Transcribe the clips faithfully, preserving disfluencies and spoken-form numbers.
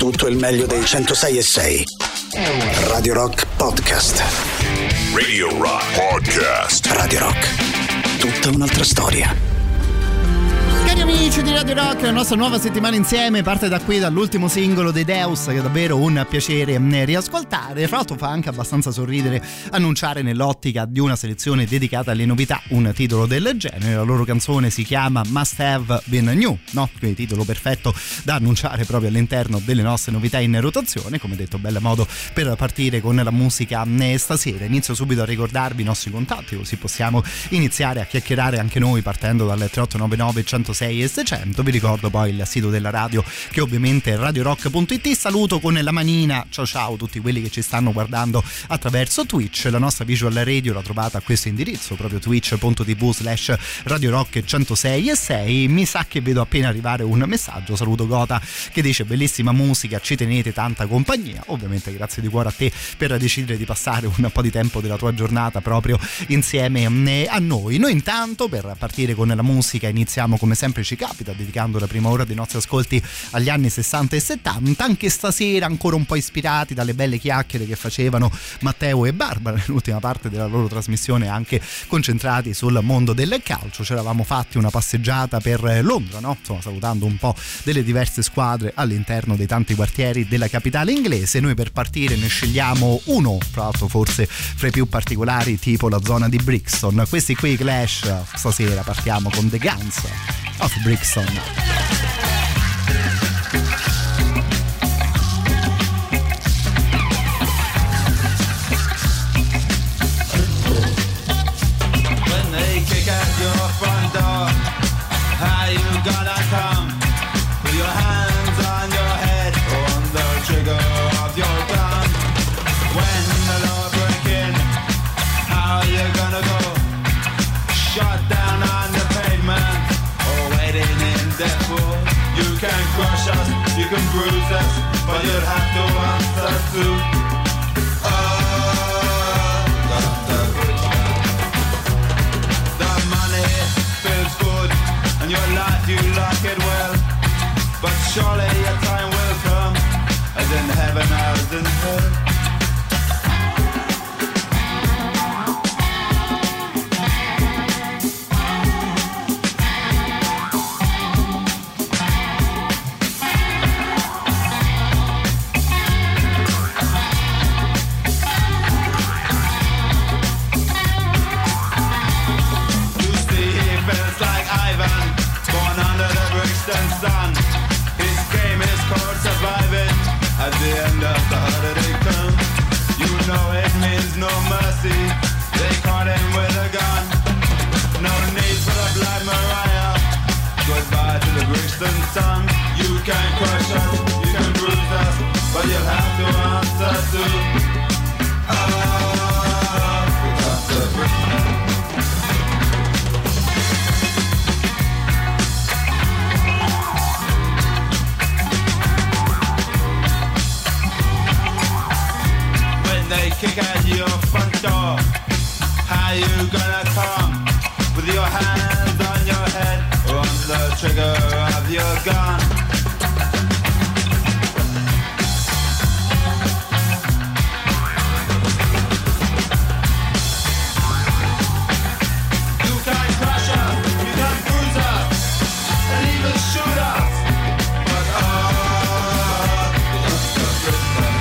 tutto il meglio dei centosei e sei. Radio Rock Podcast. Radio Rock Podcast. Radio Rock. Tutta un'altra storia. Cari amici di Radio Rock, la nostra nuova settimana insieme parte da qui, dall'ultimo singolo dei Deus, che è davvero un piacere riascoltare. Fra l'altro fa anche abbastanza sorridere annunciare, nell'ottica di una selezione dedicata alle novità, un titolo del genere. La loro canzone si chiama Must Have Been New, no? Quindi titolo perfetto da annunciare proprio all'interno delle nostre novità in rotazione. Come detto, bel modo per partire con la musica stasera. Inizio subito a ricordarvi i nostri contatti, così possiamo iniziare a chiacchierare anche noi partendo dal tre otto nove nove centosei e seicento. Vi ricordo poi il sito della radio, che ovviamente è radio rock punto it. Saluto con la manina, ciao ciao tutti quelli che ci stanno guardando attraverso Twitch. La nostra visual radio la trovate a questo indirizzo, proprio twitch punto tv slash radio rock centosei e sei. Mi sa che vedo appena arrivare un messaggio. Saluto Gota che dice: bellissima musica, ci tenete, tanta compagnia. Ovviamente grazie di cuore a te per decidere di passare un po' di tempo della tua giornata proprio insieme a noi. Noi intanto, per partire con la musica, iniziamo come sempre ci capita, dedicando la prima ora dei nostri ascolti agli anni sessanta e settanta, anche stasera ancora un po' ispirati dalle belle chiacchiere che facevano Matteo e Barbara nell'ultima parte della loro trasmissione, anche concentrati sul mondo del calcio. Ci eravamo fatti una passeggiata per Londra, no? Insomma, salutando un po' delle diverse squadre all'interno dei tanti quartieri della capitale inglese. Noi per partire ne scegliamo uno, tra l'altro forse fra i più particolari, tipo la zona di Brixton. Questi qui Clash, stasera partiamo con The Guns of Brixton. When they kick at your front door, how you gonna come? With your hands on your head, on the trigger of your gun. When the law break in, how you gonna go? Shot down on the pavement, in death war. You can crush us, you can bruise us, but you'll have to answer to oh, Doctor Bridgman. The money feels good, and your life you like it well, but surely your time will come, as in heaven as in hell. Son. His game is called surviving. At the end of the holiday comes, you know it means no mercy. They caught him with a gun. No need for the Black Mariah. Goodbye to the Brixton Sun. You can crush us, you can bruise us, but you'll have to answer to oh, Doctor Brixton. They kick at your front door, how you gonna come? With your hands on your head, or on the trigger of your gun. You can crush us, you can bruise us, and even shoot us, but oh, it's the Brixton.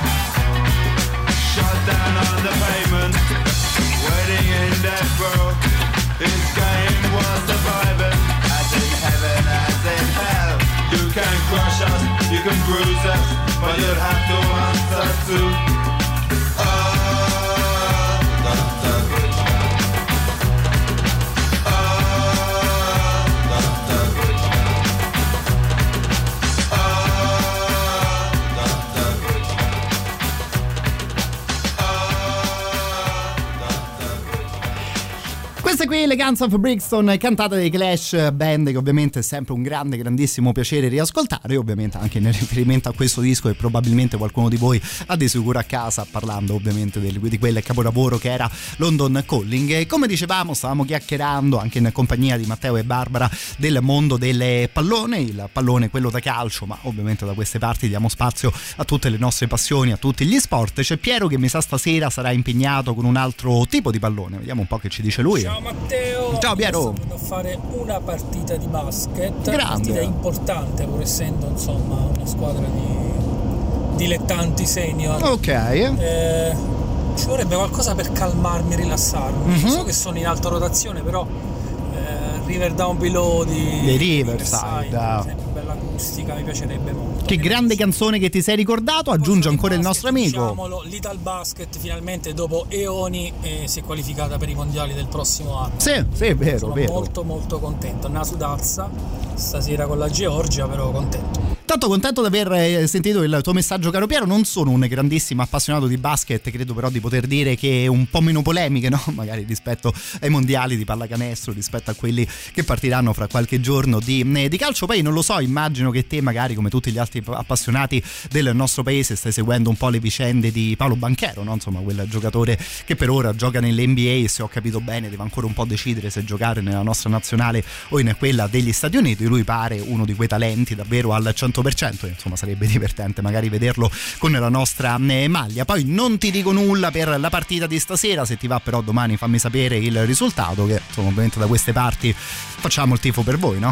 Down on the pavement, waiting in death row. His game was surviving, as in heaven, as in hell. You can crush us, you can bruise us, but you'll have to answer to oh, Doctor Bridgman. Oh, Doctor Bridgman. Oh, Doctor Bridgman. Queste qui le Guns of Brixton, cantate dai Clash, band che ovviamente è sempre un grande, grandissimo piacere riascoltare, ovviamente anche nel riferimento a questo disco, e probabilmente qualcuno di voi ha di sicuro a casa, parlando ovviamente del, di quel capolavoro che era London Calling. E come dicevamo, stavamo chiacchierando anche in compagnia di Matteo e Barbara del mondo del pallone, il pallone quello da calcio, ma ovviamente da queste parti diamo spazio a tutte le nostre passioni, a tutti gli sport. C'è Piero che mi sa stasera sarà impegnato con un altro tipo di pallone, vediamo un po' che ci dice lui. Ciao Matteo, ciao Piero. Sto a fare una partita di basket, grande, partita importante pur essendo insomma una squadra di dilettanti senior. Ok. Eh, ci vorrebbe qualcosa per calmarmi e rilassarmi. Mm-hmm. So che sono in alta rotazione, però eh, River Down Below di, di Riverside, bella acustica, mi piacerebbe molto. Che grande canzone che ti sei ricordato, aggiunge ancora il nostro amico. Diciamolo, l'Ital Basket finalmente dopo eoni eh, si è qualificata per i mondiali del prossimo anno. Sì, sì, è vero, sono vero. molto molto contento. Nasu d'alza stasera con la Georgia, però contento. Tanto contento di aver sentito il tuo messaggio, caro Piero. Non sono un grandissimo appassionato di basket, credo però di poter dire che un po' meno polemiche, no? Magari rispetto ai mondiali di pallacanestro, rispetto a quelli che partiranno fra qualche giorno di, di calcio. Poi non lo so, immagino che te magari come tutti gli altri appassionati del nostro paese stai seguendo un po' le vicende di Paolo Banchero, no? Insomma, quel giocatore che per ora gioca nell'N B A e, se ho capito bene, deve ancora un po' decidere se giocare nella nostra nazionale o in quella degli Stati Uniti. Lui pare uno di quei talenti davvero al cento per cento, insomma sarebbe divertente magari vederlo con la nostra maglia. Poi non ti dico nulla per la partita di stasera, se ti va però domani fammi sapere il risultato, che insomma ovviamente da queste parti facciamo il tifo per voi, no?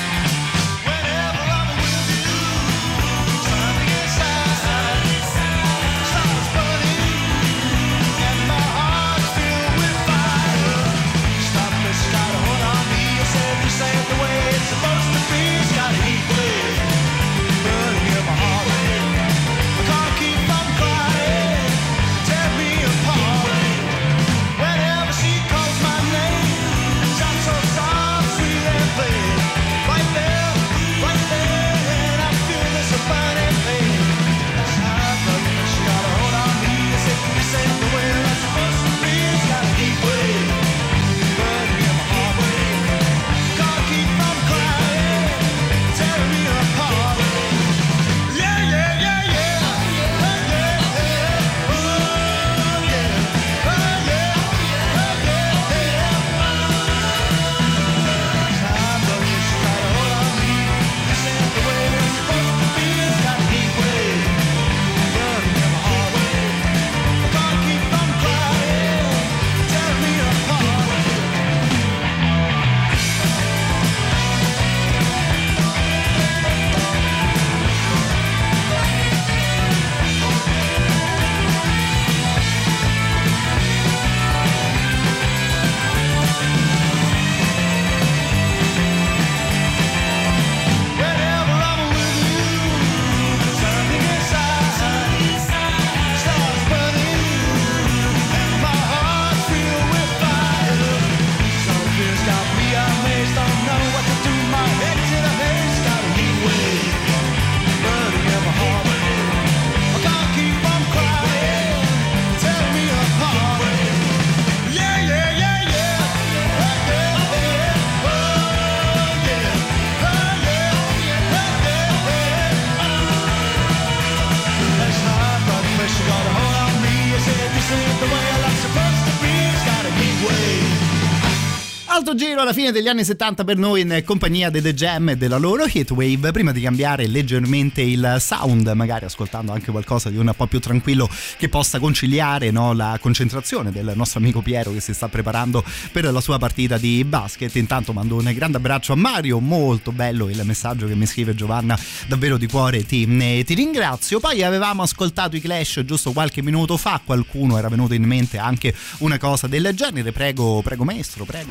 Alto giro alla fine degli anni settanta per noi in compagnia dei The Jam e della loro Heatwave. Prima di cambiare leggermente il sound, magari ascoltando anche qualcosa di un po' più tranquillo che possa conciliare, no, la concentrazione del nostro amico Piero che si sta preparando per la sua partita di basket. Intanto mando un grande abbraccio a Mario, molto bello il messaggio che mi scrive Giovanna, davvero di cuore ti, ti ringrazio. Poi avevamo ascoltato i Clash giusto qualche minuto fa, qualcuno era venuto in mente anche una cosa del genere. Prego, prego maestro, prego.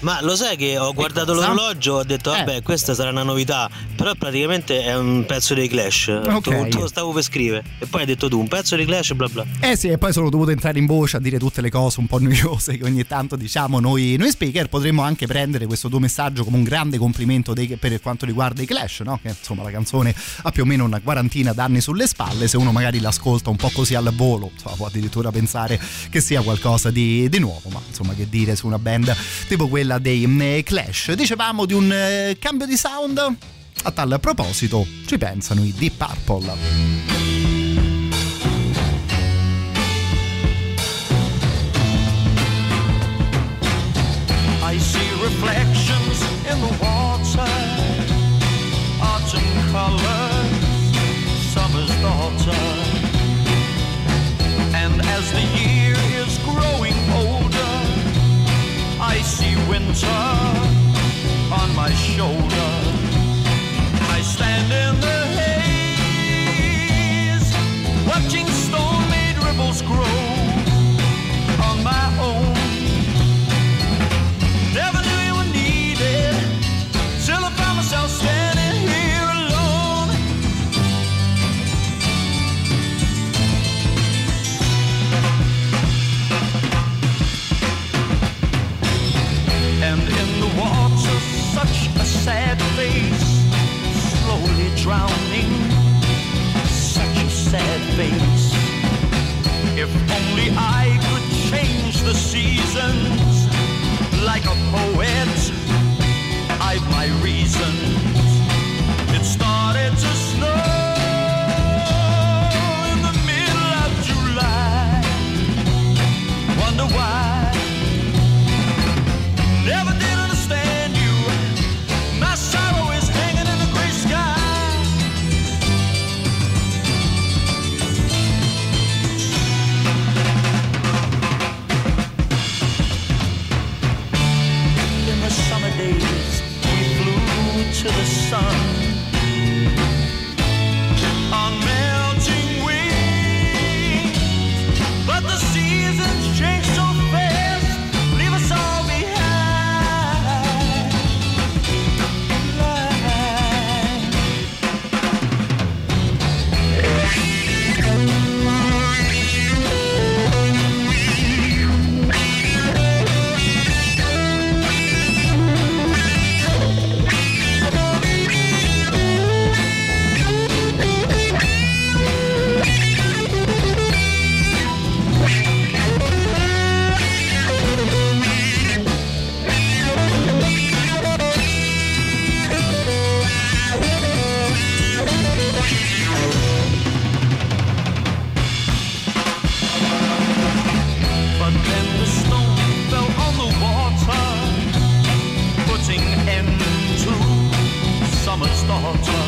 Ma lo sai che ho guardato cosa? l'orologio, ho detto vabbè Eh. questa sarà una novità, però praticamente è un pezzo dei Clash. Ok. Tu, tu stavo per scrivere e poi hai detto tu un pezzo dei Clash bla bla. Eh sì, e poi sono dovuto entrare in voce a dire tutte le cose un po' noiose che ogni tanto diciamo noi, noi speaker. Potremmo anche prendere questo tuo messaggio come un grande complimento dei, per quanto riguarda i Clash, no? Che insomma la canzone ha più o meno una quarantina d'anni sulle spalle, se uno magari l'ascolta un po' così al volo, insomma, può addirittura pensare che sia qualcosa di, di nuovo, ma insomma che dire su una band tipo quella dei eh, Clash. Dicevamo di un eh, cambio di sound. A tal proposito ci pensano i Deep Purple. I see reflections in the water, autumn colors, summer's daughter. And as the year is growing older, I see winter on my shoulder. I stand in the haze, watching stone-made ripples grow on my own. Never knew you were needed, till I found myself standing here alone. And in the water, such a sad face, slowly drowning, such a sad face. If only I could change the seasons, like a poet, I've my reasons. It started to snow in the middle of July. Wonder why? Never did understand you. My sorrow is hanging in the gray sky. In the summer days, we flew to the sun on melting wings, but the seasons change so fast, leave us all behind. But then the stone fell on the water, putting end to summer's daughter.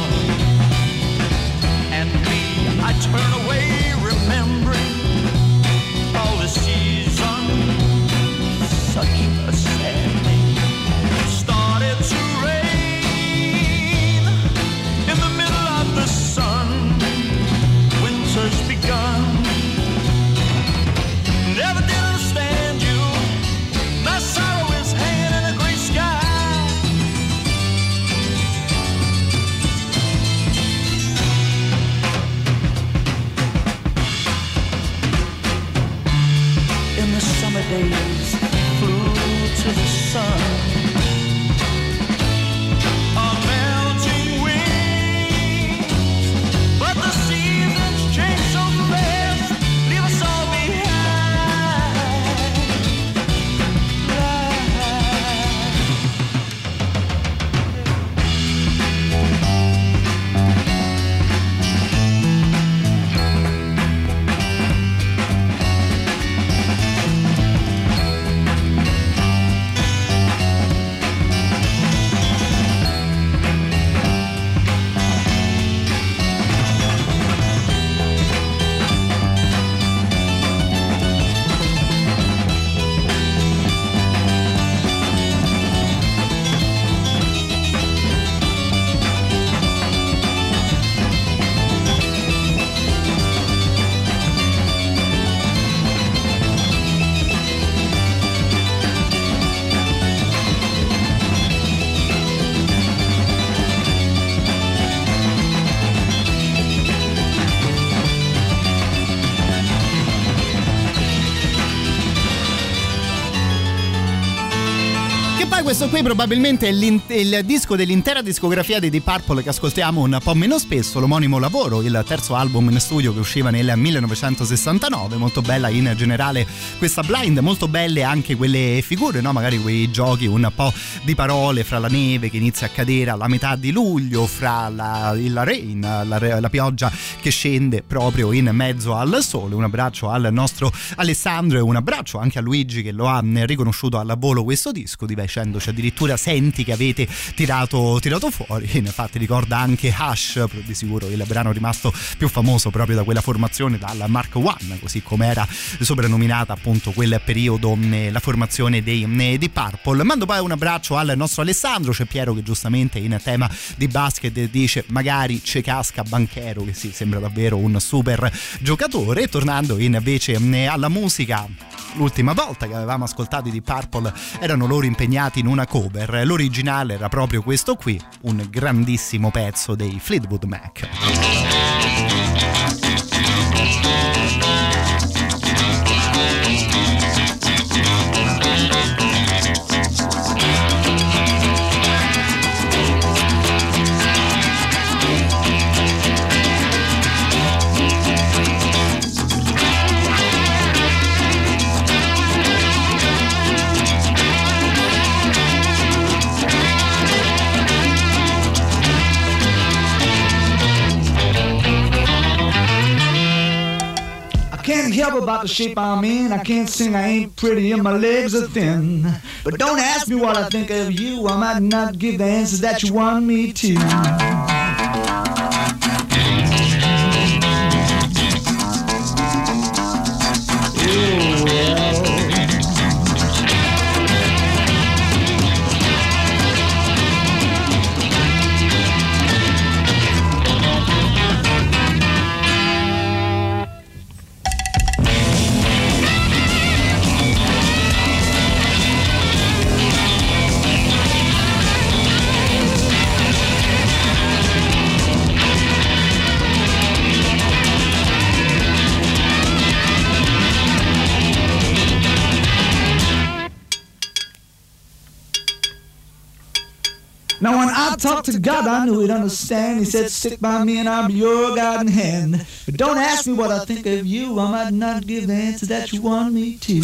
And me, I turn away, remembering all the seasons. Such a sad thing. It started to rain in the middle of the sun. Winter's begun. Never did understand you. My sorrow is hanging in a gray sky. In the summer days, flew to the sun on melting wings, but the seasons change so fast, leave us all behind. Ma questo qui probabilmente è il disco dell'intera discografia dei Deep Purple che ascoltiamo un po' meno spesso, l'omonimo lavoro, il terzo album in studio che usciva nel millenovecentosessantanove. Molto bella in generale questa Blind, molto belle anche quelle figure, no? Magari quei giochi un po' di parole fra la neve che inizia a cadere alla metà di luglio, fra la, il rain, la, la pioggia che scende proprio in mezzo al sole. Un abbraccio al nostro Alessandro e un abbraccio anche a Luigi che lo ha riconosciuto al volo questo disco, dicendoci addirittura senti che avete tirato, tirato fuori. Infatti ricorda anche Hush, di sicuro il brano rimasto più famoso proprio da quella formazione, dal Mark One, così come era soprannominata appunto quel periodo la formazione dei Deep Purple. Mando poi un abbraccio al nostro Alessandro. C'è Piero che giustamente in tema di basket dice magari c'è casca Banchero, che sì, sembra davvero un super giocatore. Tornando invece alla musica, l'ultima volta che avevamo ascoltato i Deep Purple erano loro impegnati in una cover, l'originale era proprio questo qui, un grandissimo pezzo dei Fleetwood Mac. Can't help about the shape I'm in. I can't sing, I ain't pretty, and my legs are thin. But don't ask me what I think of you. I might not give the answers that you want me to. Oh, well. Now when I talked to God, I knew he'd understand. He said, stick by me and I'll be your guiding hand. But don't ask me what I think of you. I might not give the answer that you want me to.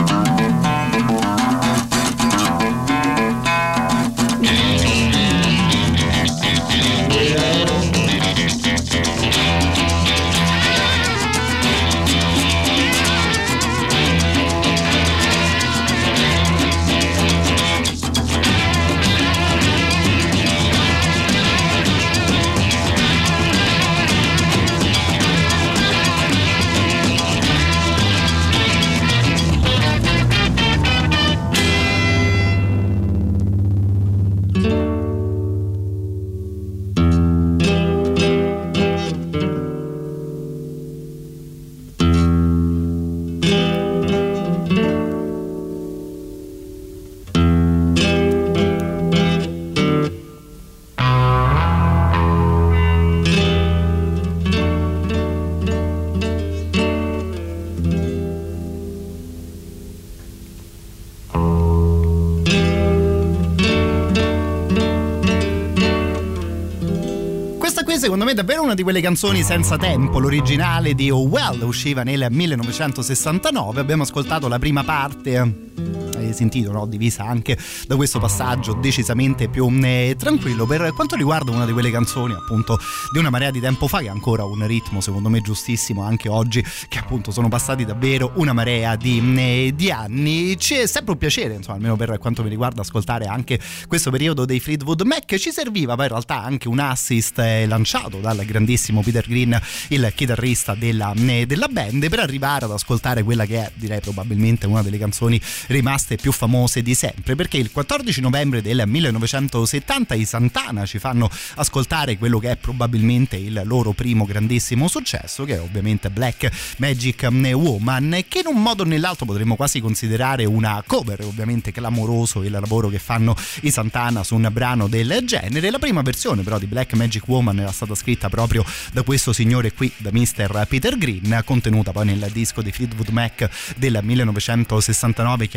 Secondo me è davvero una di quelle canzoni senza tempo. L'originale di Oh Well usciva nel millenovecentosessantanove. Abbiamo ascoltato la prima parte, hai sentito, no? Divisa anche da questo passaggio decisamente più eh, tranquillo. Per quanto riguarda una di quelle canzoni appunto di una marea di tempo fa, che ha ancora un ritmo secondo me giustissimo anche oggi, che appunto sono passati davvero una marea di, eh, di anni, c'è sempre un piacere, insomma, almeno per quanto mi riguarda, ascoltare anche questo periodo dei Fleetwood Mac. Ci serviva poi in realtà anche un assist eh, lanciato dal grandissimo Peter Green, il chitarrista della, eh, della band, per arrivare ad ascoltare quella che è, direi, probabilmente una delle canzoni rimaste più famose di sempre, perché il quattordici novembre del millenovecentosettanta i Santana ci fanno ascoltare quello che è probabilmente il loro primo grandissimo successo, che è ovviamente Black Magic Woman, che in un modo o nell'altro potremmo quasi considerare una cover. Ovviamente clamoroso il lavoro che fanno i Santana su un brano del genere. La prima versione però di Black Magic Woman era stata scritta proprio da questo signore qui, da mister Peter Green, contenuta poi nel disco di Fleetwood Mac del millenovecentosessantanove chiamato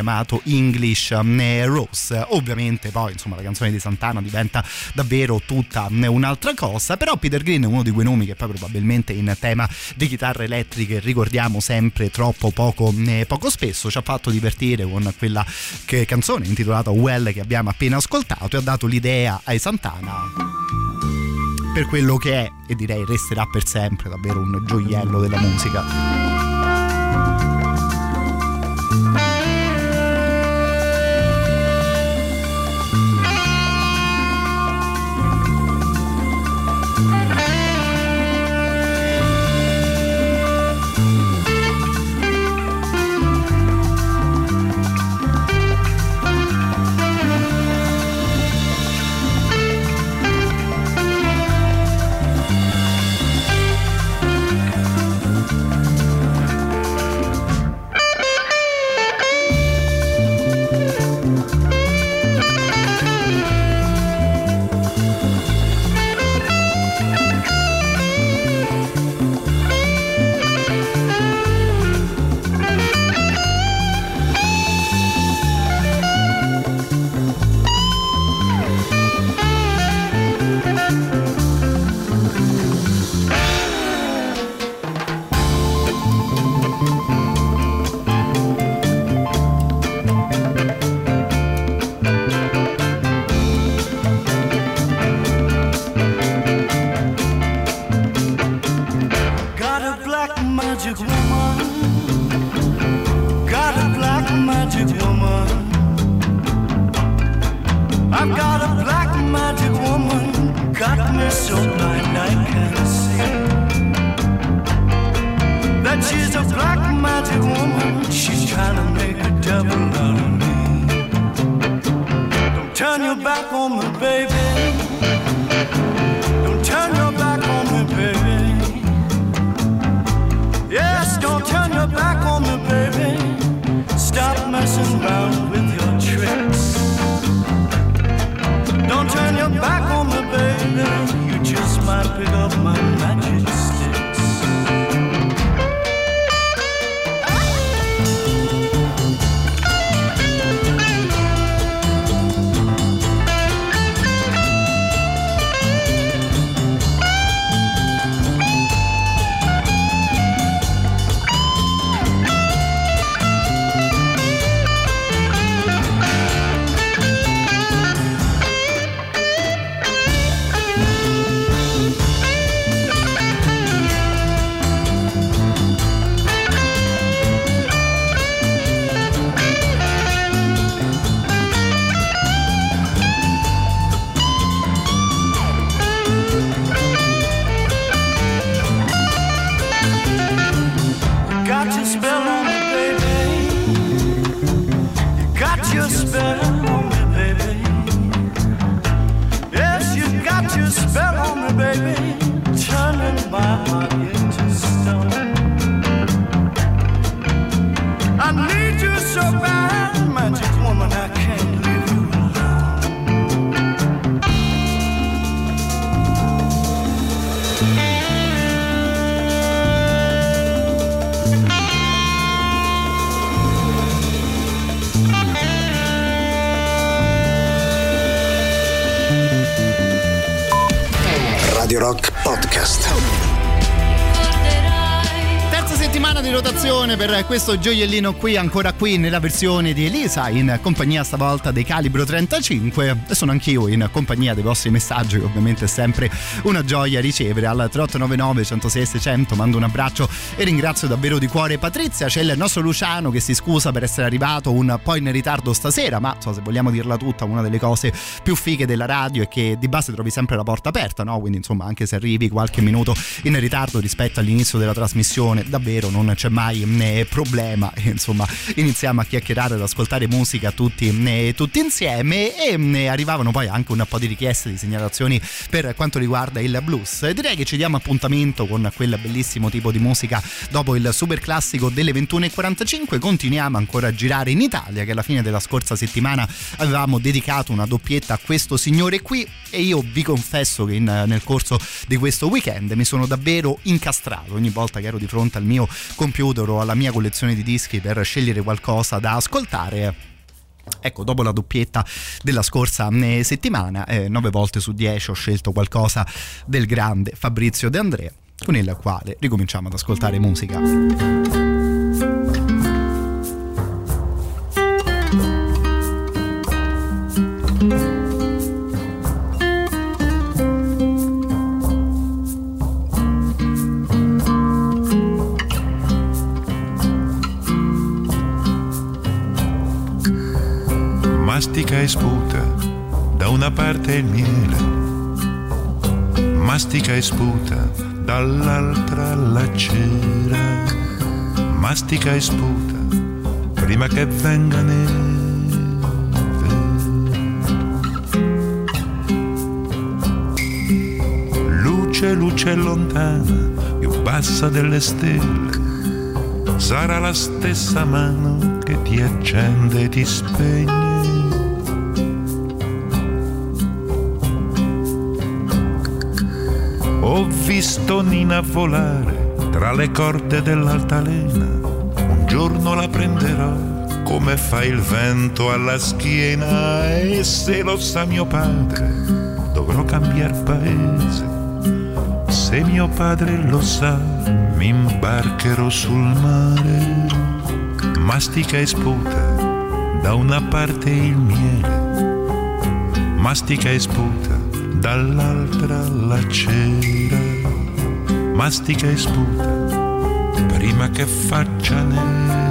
English Rose. Ovviamente poi insomma la canzone di Santana diventa davvero tutta un'altra cosa, però Peter Green è uno di quei nomi che poi probabilmente in tema di chitarre elettriche ricordiamo sempre troppo poco, poco spesso. Ci ha fatto divertire con quella che canzone intitolata Well che abbiamo appena ascoltato e ha dato l'idea ai Santana per quello che è, e direi resterà per sempre, davvero un gioiello della musica. Radio Rock Podcast. Terza settimana di rotazione per questo gioiellino qui, ancora qui nella versione di Elisa, in compagnia stavolta dei Calibro trentacinque, e sono anch'io in compagnia dei vostri messaggi, che ovviamente è sempre una gioia ricevere. Al tre otto nove nove, centosei, seicento mando un abbraccio e ringrazio davvero di cuore Patrizia. C'è il nostro Luciano che si scusa per essere arrivato un po' in ritardo stasera, ma so, se vogliamo dirla tutta, una delle cose più fighe della radio è che di base trovi sempre la porta aperta, no? Quindi insomma, anche se arrivi qualche minuto in ritardo rispetto all'inizio della trasmissione, davvero non c'è mai né problema, e insomma iniziamo a chiacchierare, ad ascoltare musica tutti, né, tutti insieme. E né, arrivavano poi anche un po' di richieste, di segnalazioni per quanto riguarda il blues. E direi che ci diamo appuntamento con quel bellissimo tipo di musica dopo il super classico delle ventuno e quarantacinque. Continuiamo ancora a girare in Italia, che alla fine della scorsa settimana avevamo dedicato una doppietta a questo signore qui, e io vi confesso che in, nel corso di questo weekend mi sono davvero incastrato ogni volta che ero di fronte al mio computer o alla mia collezione di dischi per scegliere qualcosa da ascoltare. Ecco, dopo la doppietta della scorsa eh, settimana, eh, nove volte su dieci ho scelto qualcosa del grande Fabrizio De André, con il quale ricominciamo ad ascoltare musica. Mastica e sputa, da una parte il miele, mastica e sputa, dall'altra la cera, mastica e sputa, prima che venga neve. Luce, luce lontana, più bassa delle stelle, sarà la stessa mano che ti accende e ti spegne. Ho visto Nina volare tra le corde dell'altalena, un giorno la prenderò come fa il vento alla schiena, e se lo sa mio padre dovrò cambiar paese, se mio padre lo sa mi imbarcherò sul mare. Mastica e sputa, da una parte il miele, mastica e sputa, dall'altra la cera, mastica e sputa, prima che faccia neve.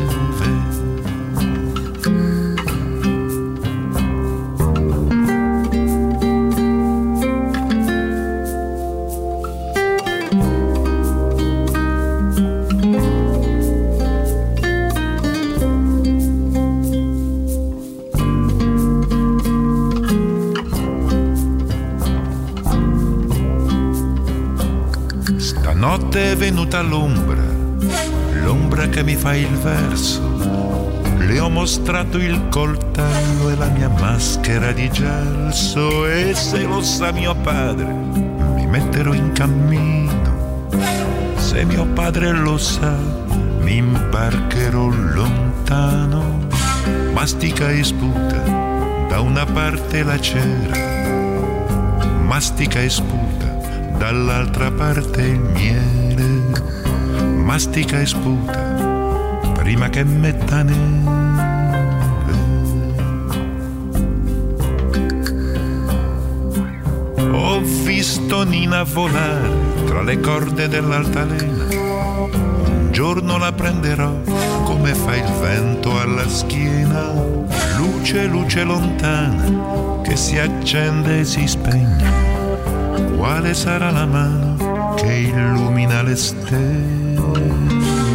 Notte è venuta l'ombra, l'ombra che mi fa il verso. Le ho mostrato il coltello e la mia maschera di gelso, e se lo sa mio padre mi metterò in cammino, se mio padre lo sa mi imbarcherò lontano. Mastica e sputa, da una parte la cera, mastica e sputa, dall'altra parte il miele, mastica e sputa, prima che metta neve. Ho visto Nina volare tra le corde dell'altalena, un giorno la prenderò come fa il vento alla schiena. Luce, luce lontana che si accende e si spegne, quale sarà la mano che illumina le stelle?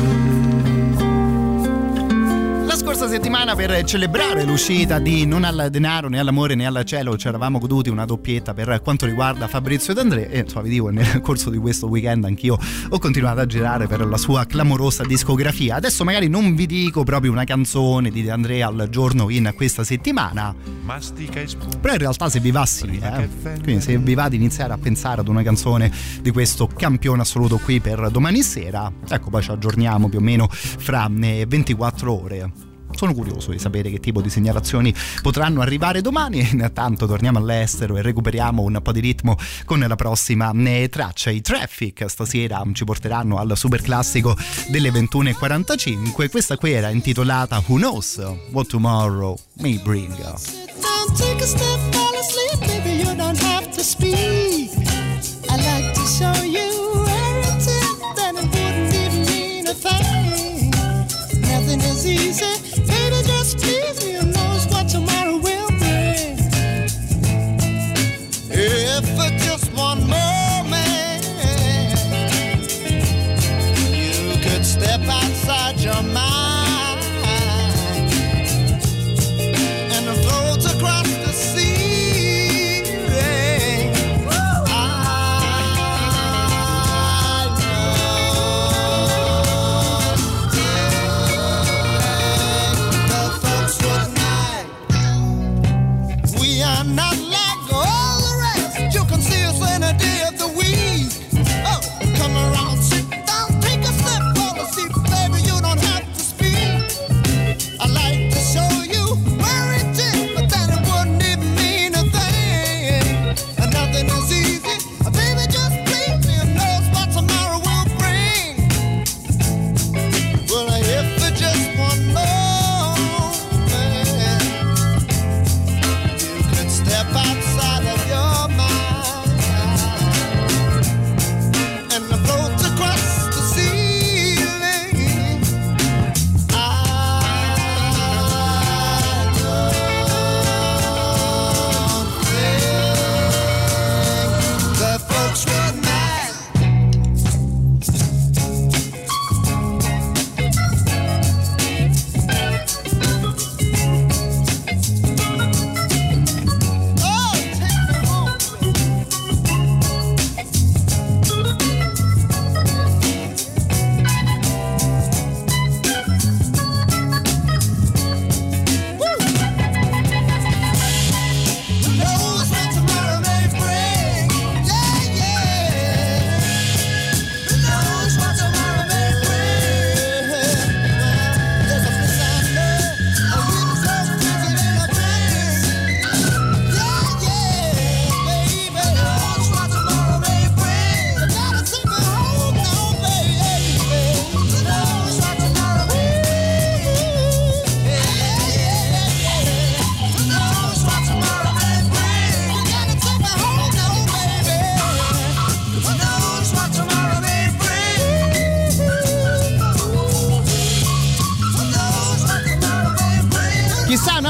La scorsa settimana, per celebrare l'uscita di Non al denaro, né all'amore né al cielo, ci eravamo goduti una doppietta per quanto riguarda Fabrizio De André, e insomma vi dico, nel corso di questo weekend anch'io ho continuato a girare per la sua clamorosa discografia. Adesso magari non vi dico proprio una canzone di De André al giorno in questa settimana, però in realtà se vi va sì, eh? Quindi se vi va di iniziare a pensare ad una canzone di questo campione assoluto qui per domani sera, ecco, poi ci aggiorniamo più o meno fra ventiquattro ore. Sono curioso di sapere che tipo di segnalazioni potranno arrivare domani. Intanto torniamo all'estero e recuperiamo un po' di ritmo con la prossima traccia. I Traffic stasera ci porteranno al super classico delle ventuno e quarantacinque. Questa qui era intitolata Who Knows What Tomorrow May Bring. Take a step, fall asleep, baby, you don't have to speak. I like to show you everything, then it wouldn't even mean a thing. Nothing is easy, baby, just please me. Who knows what tomorrow will bring? If for just one moment you could step outside your mind and float across the sea, yeah. I know the folks would mind. We are not like all the rest. You can see us any day of the week. Oh, come around, sit down, take a sip, fall asleep, baby, you don't have to speak.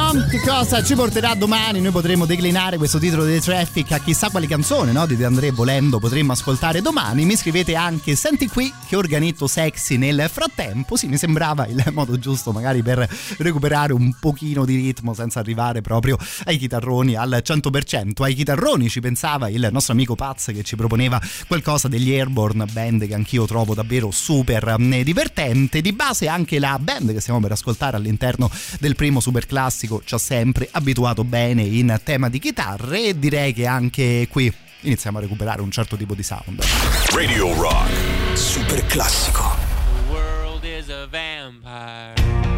Vediamo che cosa ci porterà domani. Noi potremo declinare questo titolo dei Traffic a chissà quali canzone, no? Di De André, volendo potremmo ascoltare domani. Mi scrivete anche: senti qui che organetto sexy nel frattempo. Sì, mi sembrava il modo giusto magari per recuperare un pochino di ritmo senza arrivare proprio ai chitarroni al cento per cento. Ai chitarroni ci pensava il nostro amico Paz, che ci proponeva qualcosa degli Airborne, band che anch'io trovo davvero super divertente. Di base anche la band che stiamo per ascoltare all'interno del primo super classico ci ha sempre abituato bene in tema di chitarre, e direi che anche qui iniziamo a recuperare un certo tipo di sound. Radio Rock Super classico. The world is a vampire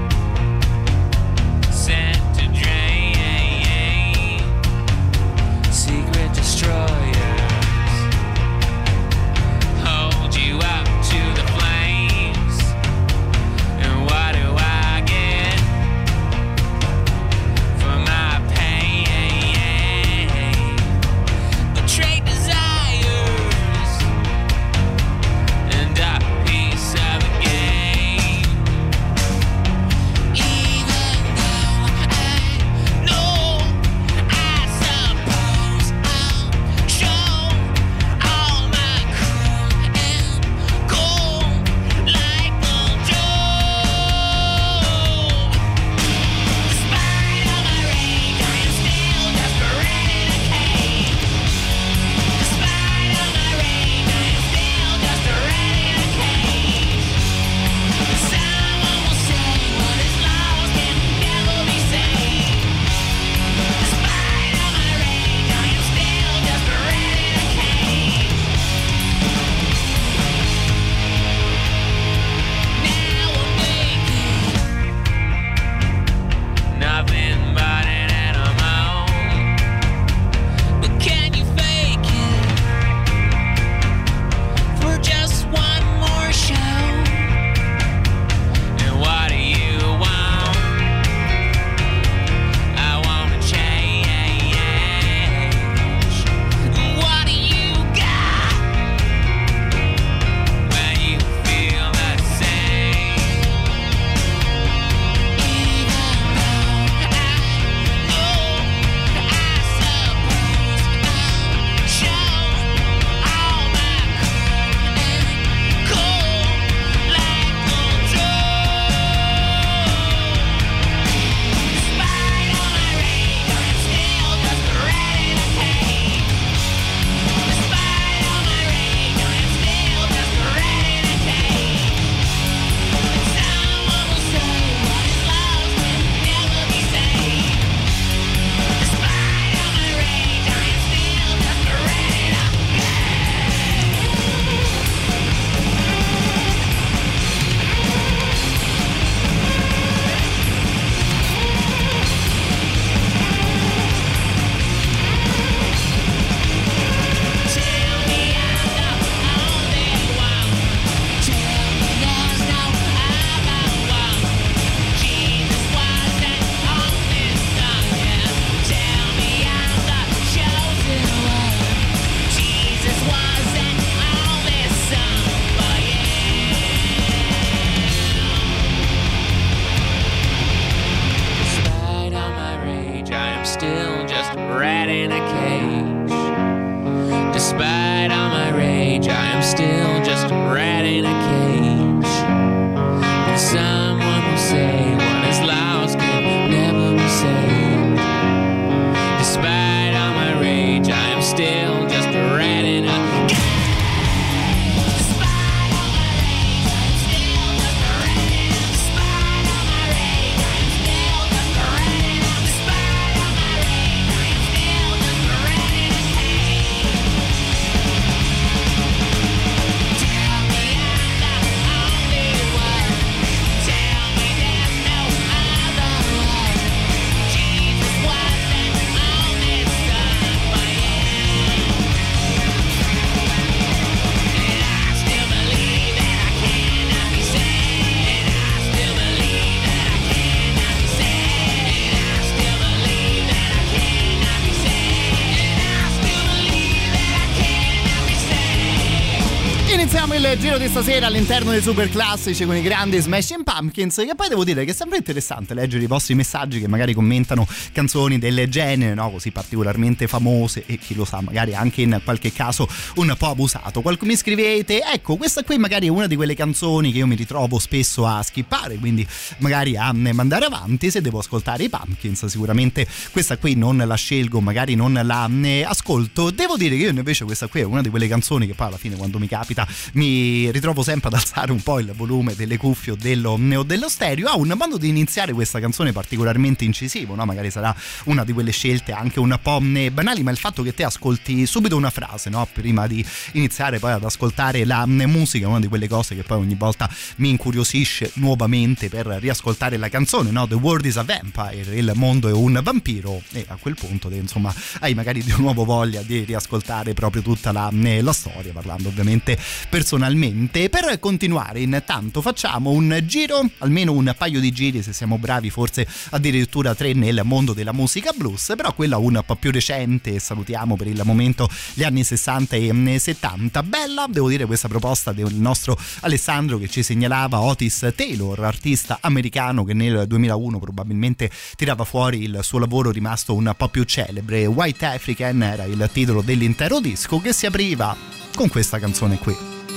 sent to drain secret destroyers hold you up to the flames, and what do I get for my pain? Betrayed desires and a piece of a game. Even though I know, I suppose I'll show all my crew and go like a Joe. Despite all my rage, I am still just a rat in a cage. Despite all my rage, I am still just a rat in a cage. Someone will say what is lost can never be saved. Despite all my rage, I am still just a rat in a cage. Now I'm naked, nothing but an animal. But can you fake it for just one more show? And what do you want? I wanna change. What do you got when you feel the same? Even though I know, I suppose I'll show all my crew and go like a Joe. Despite all my rage, I'm still just a rat in a cage. Despite all my rage, I'm still just a rat in a cage. Someone will say what is lost can never be saved. Despite all my rage, I am still just a rat in a Tell me I'm the only one. Tell me there's no other one. Jesus wasn't on this song, yeah. Tell me I'm the chosen one. Jesus wasn't on this song, but yeah. Despite all my rage, I am still just a rat in a cage. Despite all my rage, I am still just a rat in a cage. And someone will say what is lost can never be saved. Despite all my rage, I am still just a rat in a cage. Despite all my rage, I am still just a rat in a Despite all my rage, I am still just a rat in a Despite all my rage, I am still just a rat in a cage. Tell me I'm the only one. Tell me there's no other one. Jesus wasn't on this song, but yeah. And I still believe that I cannot be saved. And I still believe that I cannot be saved. And I still believe that I cannot be saved. And I still believe that I cannot be saved. Iniziamo il il giro di stasera all'interno dei super classici con i grandi Smashing Pumpkins, che poi devo dire che è sempre interessante leggere i vostri messaggi che magari commentano canzoni del genere, no? Così particolarmente famose e chi lo sa magari anche in qualche caso un po' abusato. Qualcuno mi scrivete, ecco, questa qui magari è una di quelle canzoni che io mi ritrovo spesso a skippare, quindi magari a mandare avanti. Se devo ascoltare i Pumpkins sicuramente questa qui non la scelgo, magari non la ascolto. Devo dire che io invece questa qui è una di quelle canzoni che poi alla fine, quando mi capita, mi ritrovo sempre ad alzare un po' il volume delle cuffie o dello, o dello stereo. Ha un modo di iniziare questa canzone particolarmente incisivo, no? Magari sarà una di quelle scelte anche un po' banali, ma il fatto che te ascolti subito una frase, no? Prima di iniziare poi ad ascoltare la musica è una di quelle cose che poi ogni volta mi incuriosisce nuovamente per riascoltare la canzone, no? The world is a vampire, il mondo è un vampiro, e a quel punto insomma hai magari di nuovo voglia di riascoltare proprio tutta la, la storia, parlando ovviamente personalmente. Per continuare intanto facciamo un giro, almeno un paio di giri, se siamo bravi forse addirittura tre, nel mondo della musica blues, però quella un po' più recente. Salutiamo per il momento gli anni sessanta e settanta. Bella, devo dire, questa proposta del nostro Alessandro, che ci segnalava Otis Taylor, artista americano che nel duemilauno probabilmente tirava fuori il suo lavoro rimasto un po' più celebre. White African era il titolo dell'intero disco, che si apriva con questa canzone qui.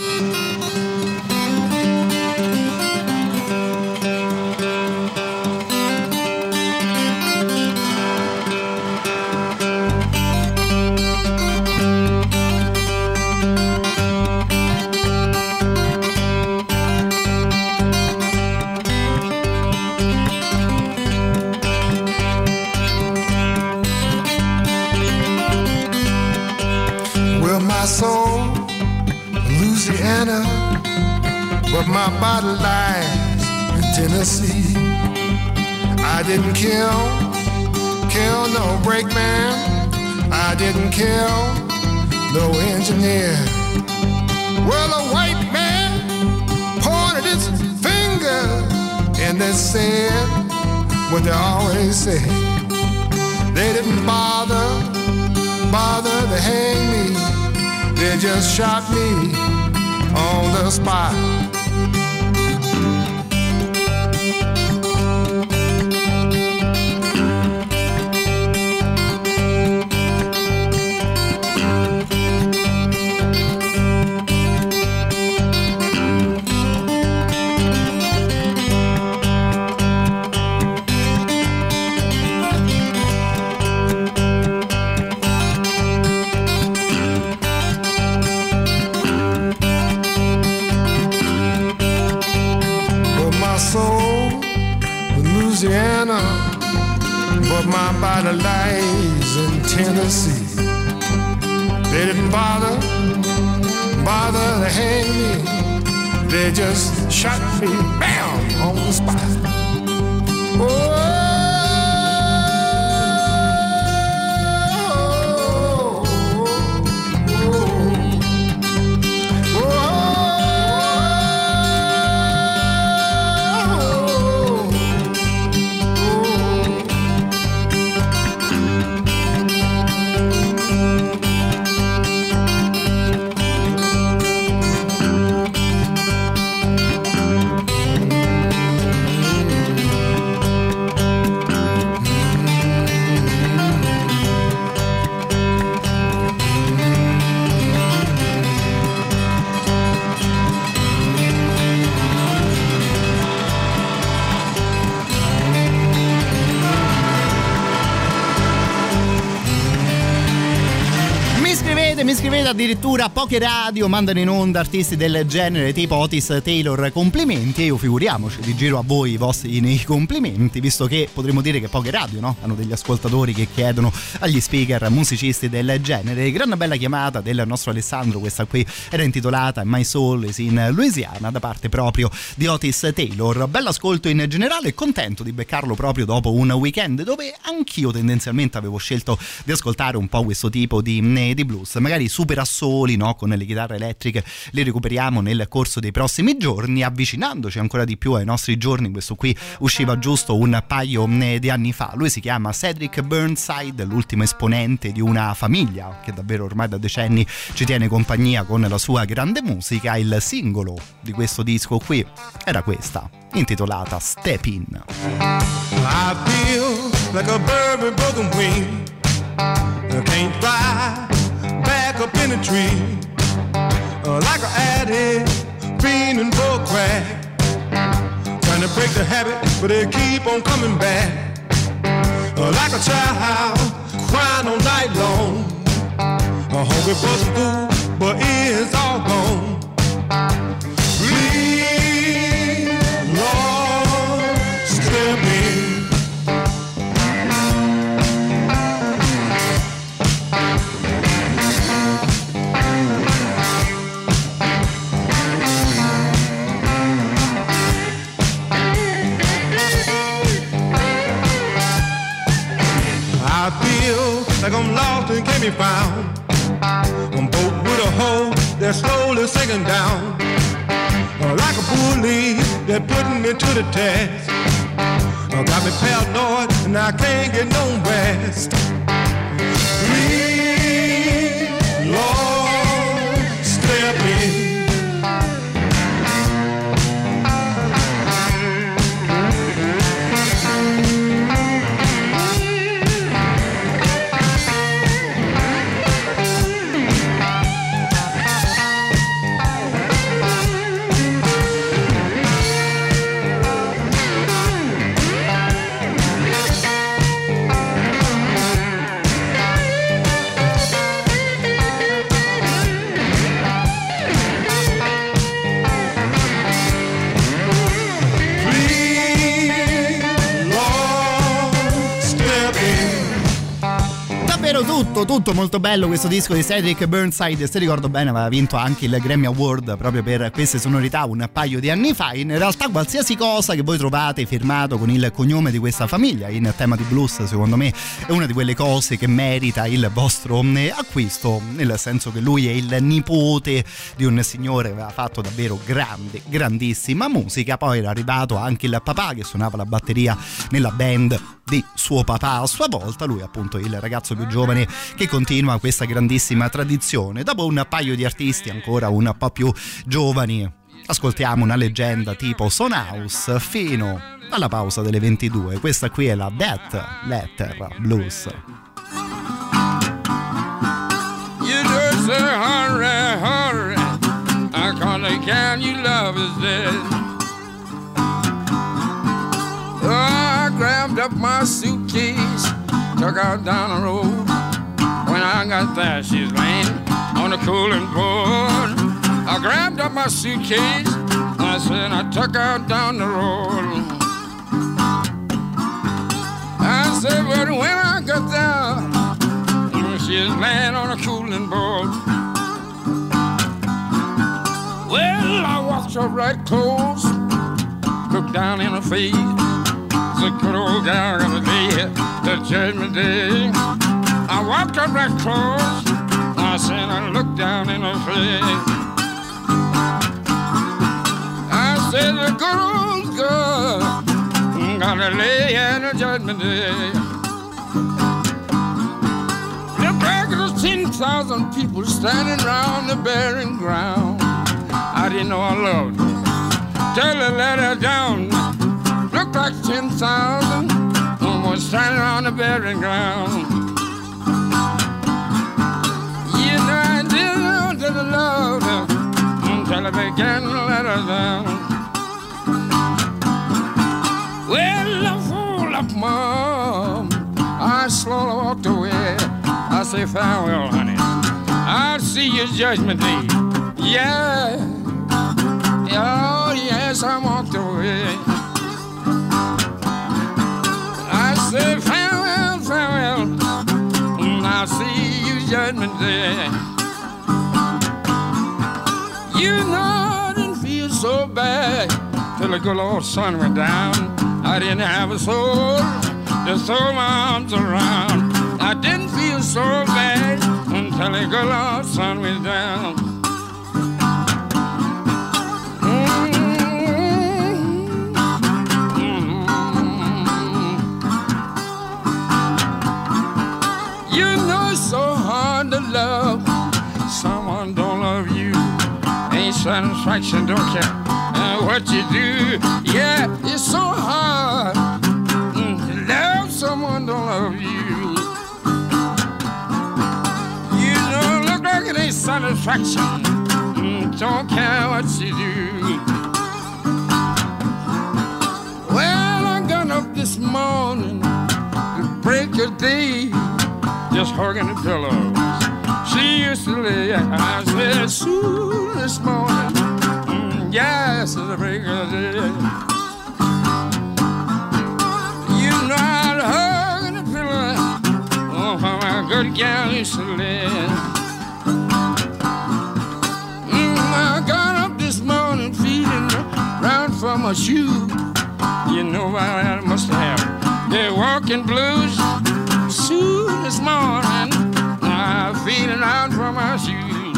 Soul, Louisiana, but my body lies in Tennessee. I didn't kill, kill no brakeman. I didn't kill no engineer. Well, a white man pointed his finger and they said what they always say. They didn't bother, bother to hang me. They just shot me on the spot. Louisiana, but my body lies in Tennessee. They didn't bother, bother to hang me. They just shot me, bam, on the spot. Oh, mi scrivete addirittura poche radio mandano in onda artisti del genere tipo Otis Taylor, complimenti. E io figuriamoci, di giro a voi i vostri nei complimenti, visto che potremmo dire che poche radio, no? Hanno degli ascoltatori che chiedono agli speaker musicisti del genere. Gran bella chiamata del nostro Alessandro, questa qui era intitolata My Soul is in Louisiana, da parte proprio di Otis Taylor. Bell'ascolto in generale, e contento di beccarlo proprio dopo un weekend dove anch'io tendenzialmente avevo scelto di ascoltare un po' questo tipo di, di blues, magari su super assoli, no? Con le chitarre elettriche li recuperiamo nel corso dei prossimi giorni, avvicinandoci ancora di più ai nostri giorni. Questo qui usciva giusto un paio di anni fa. Lui si chiama Cedric Burnside, l'ultimo esponente di una famiglia che davvero ormai da decenni ci tiene compagnia con la sua grande musica. Il singolo di questo disco qui era questa, intitolata Step In. I feel like a bird with broken wings. I can't fly back up in a tree. Uh, like an addict, fiending for a crack. Trying to break the habit, but it keep on coming back. Uh, like a child, crying all night long. Uh, hungry for some food, but it's all gone. Please, Lord, step in. I feel like I'm lost and can't be found. I'm boat with a hole that's slowly sinking down. Like a bully that putting me to the test. Got me paranoid and I can't get no rest. Please, Lord, step in. Tutto, tutto molto bello questo disco di Cedric Burnside. Se ricordo bene aveva vinto anche il Grammy Award proprio per queste sonorità un paio di anni fa. In realtà qualsiasi cosa che voi trovate firmato con il cognome di questa famiglia in tema di blues, secondo me è una di quelle cose che merita il vostro acquisto, nel senso che lui è il nipote di un signore che aveva fatto davvero grande, grandissima musica. Poi era arrivato anche il papà che suonava la batteria nella band di suo papà a sua volta. Lui appunto il ragazzo più giovane che continua questa grandissima tradizione. Dopo un paio di artisti ancora un po' più giovani, ascoltiamo una leggenda tipo Son House fino alla pausa delle ventidue. Questa qui è la Death Letter Blues. You just say hurry, hurry, I call the can you love is dead. Oh, I grabbed up my suitcase, took out down the road. When I got there, she's laying on the cooling board. I grabbed up my suitcase, I said I took her down the road. I said, but when I got there, she's laying on a cooling board. Well, I walked up right close, looked down in her face. The good old gal gonna lay the judgment day. I walked up right close, I said I looked down in her face. I said the good old girl gonna lay in the judgment day. Look back at those ten thousand people standing around the burying ground. I didn't know I loved her till I let her down. Looked like ten thousand was standing around the burying ground. You know I didn't know that I loved her until I began to let her down. Well, I fall up, Mom. I slowly walked away. I say farewell, honey. I'll see you Judgment Day. Yeah. Oh, yes, I walked away. I say farewell, farewell, I'll see you Judgment Day. You know I didn't feel so bad till the good old sun went down. I didn't have a soul to throw my arms around. I didn't feel so bad till the good Lord sun me down. You know it's so hard to love someone don't love you. Ain't satisfaction, don't care uh, what you do. Yeah, it's so hard mm, to love someone don't love you. You know, look like it ain't satisfaction. Mm, don't care what you do. Well, I got up this morning to break a day, just hugging the pillows. She used to lay eyes with soon this morning. Mm, yes, it's a break of the day. You know I'd hug in the pillow. Oh, how my good gal used to lay. Mm, I got up this morning feeling round for my shoe. You know what I must have. They're walking blues. Soon this morning, I'm feeling out from my shoes.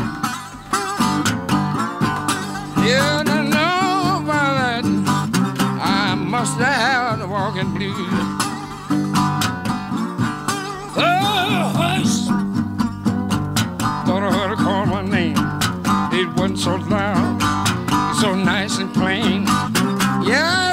Yeah, I know about that. I must have the walking blues. Oh, hush. Thought I heard her call my name. It wasn't so loud, so nice and plain. Yeah.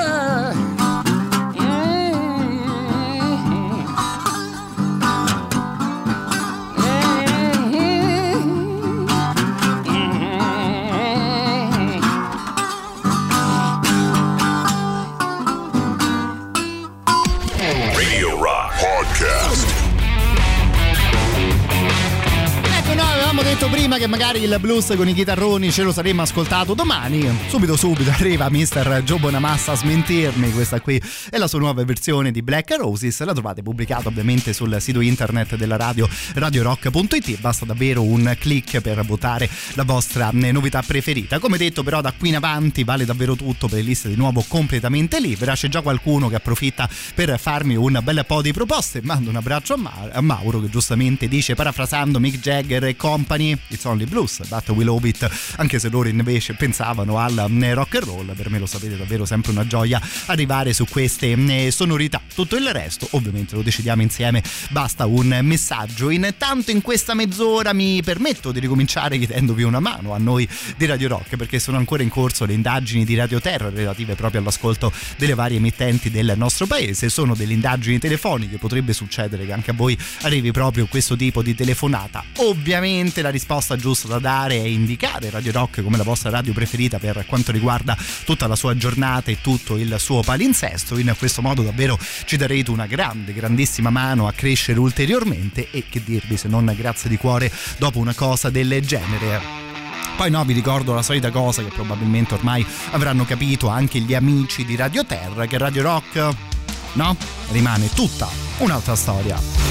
Detto prima che magari il blues con i chitarroni ce lo saremmo ascoltato domani. Subito subito arriva mister Joe Bonamassa a smentirmi. Questa qui è la sua nuova versione di Black Roses. La trovate pubblicata ovviamente sul sito internet della radio, radio rock punto it. Basta davvero un click per votare la vostra novità preferita. Come detto, però, da qui in avanti vale davvero tutto, playlist di nuovo completamente libera. C'è già qualcuno che approfitta per farmi un bel po' di proposte. Mando un abbraccio a, Ma- a Mauro, che giustamente dice, parafrasando Mick Jagger e compagni, it's only blues, but we love it. Anche se loro invece pensavano al rock and roll. Per me, lo sapete, davvero sempre una gioia arrivare su queste sonorità. Tutto il resto ovviamente lo decidiamo insieme, basta un messaggio. Intanto in questa mezz'ora mi permetto di ricominciare chiedendovi una mano a noi di Radio Rock, perché sono ancora in corso le indagini di Radio Terror relative proprio all'ascolto delle varie emittenti del nostro paese. Sono delle indagini telefoniche, potrebbe succedere che anche a voi arrivi proprio questo tipo di telefonata. Ovviamente la risposta giusta da dare è indicare Radio Rock come la vostra radio preferita per quanto riguarda tutta la sua giornata e tutto il suo palinsesto. In questo modo davvero ci darete una grande, grandissima mano a crescere ulteriormente, e che dirvi se non grazie di cuore dopo una cosa del genere. Poi no, vi ricordo la solita cosa che probabilmente ormai avranno capito anche gli amici di Radio Terra, che Radio Rock, no, rimane tutta un'altra storia.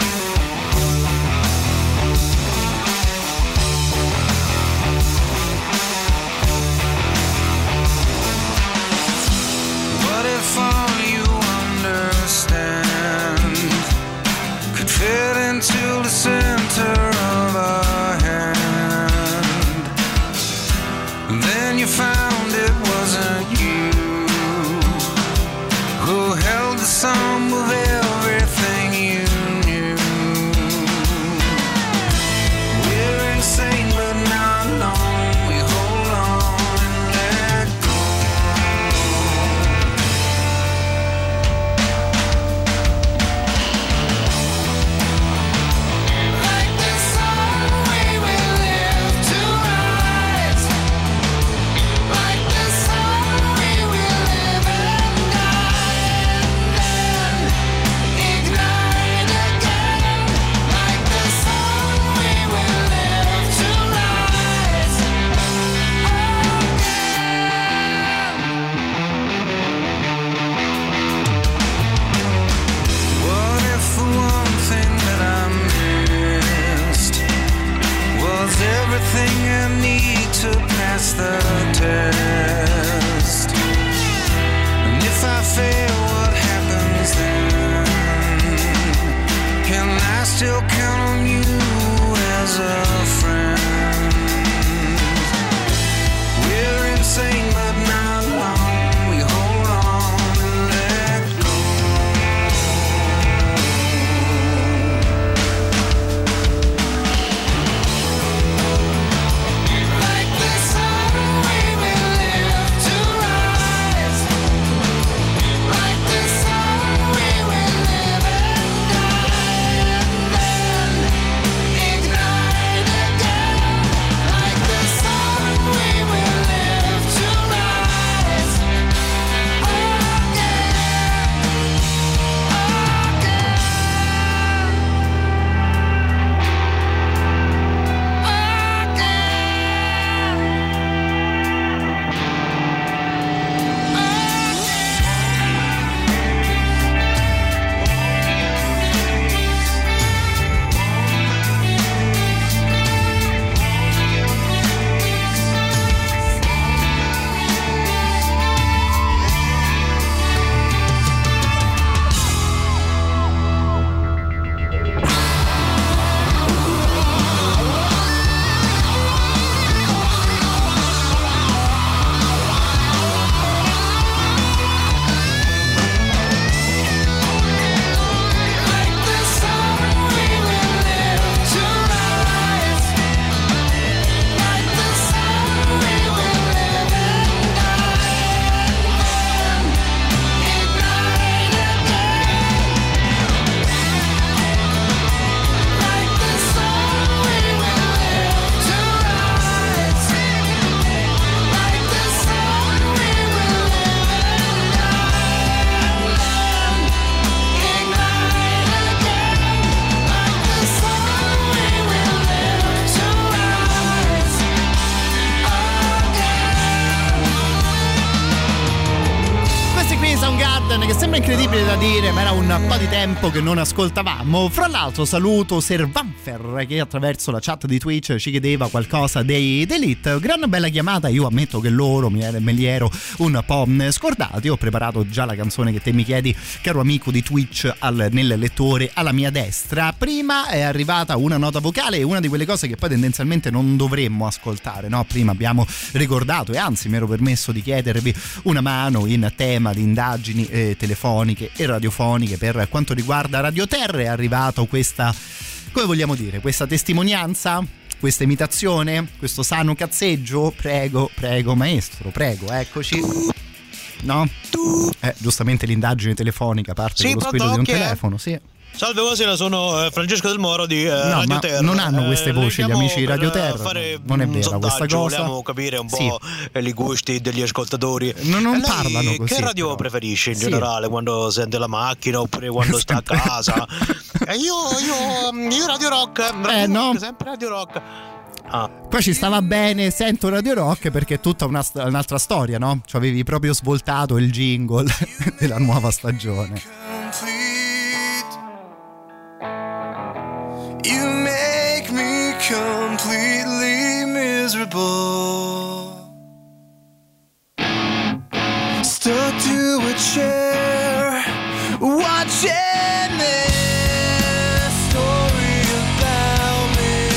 Fit into the center of our hand, and then you found it wasn't you who held the sum of everything you Questi qui Soundgarden, che sembra incredibile da dire, ma era un po' di tempo che non ascoltavamo. Fra l'altro saluto Sir Vanfer, che attraverso la chat di Twitch ci chiedeva qualcosa dei Delete. Gran bella chiamata, io ammetto che loro mi me li ero un po' scordati. Ho preparato già la canzone che te mi chiedi, caro amico di Twitch, al, nel lettore alla mia destra. Prima è arrivata una nota vocale, una di quelle cose che poi tendenzialmente non dovremmo ascoltare, no? Prima abbiamo ricordato, e anzi mi ero permesso di chiedervi una mano in tema di indagini eh, telefoniche e radiofoniche per quanto riguarda Radio Terra. È arrivato questa, come vogliamo dire, questa testimonianza, questa imitazione, questo sano cazzeggio. Prego, prego maestro, prego, eccoci. No? Eh, giustamente l'indagine telefonica parte sì, con lo squillo di un telefono, sì. Salve, buonasera, sono eh, Francesco Del Moro di eh, no, Radio Terra. Non hanno queste voci eh, gli amici di Radio Terra. Fare non è vera questa cosa. Vogliamo capire un po' sì. i gusti degli ascoltatori. No, non lei parlano così. Che radio però preferisce in sì. generale? Quando sente la macchina oppure quando sta a casa? eh, io, io, io Radio Rock. Radio eh, no. Rock, sempre Radio Rock. Ah. Qua ci stava bene, sento Radio Rock perché è tutta una, un'altra storia, no? Cioè avevi proprio svoltato il jingle della nuova stagione. You make me completely miserable. Stuck to a chair, watching this story about me.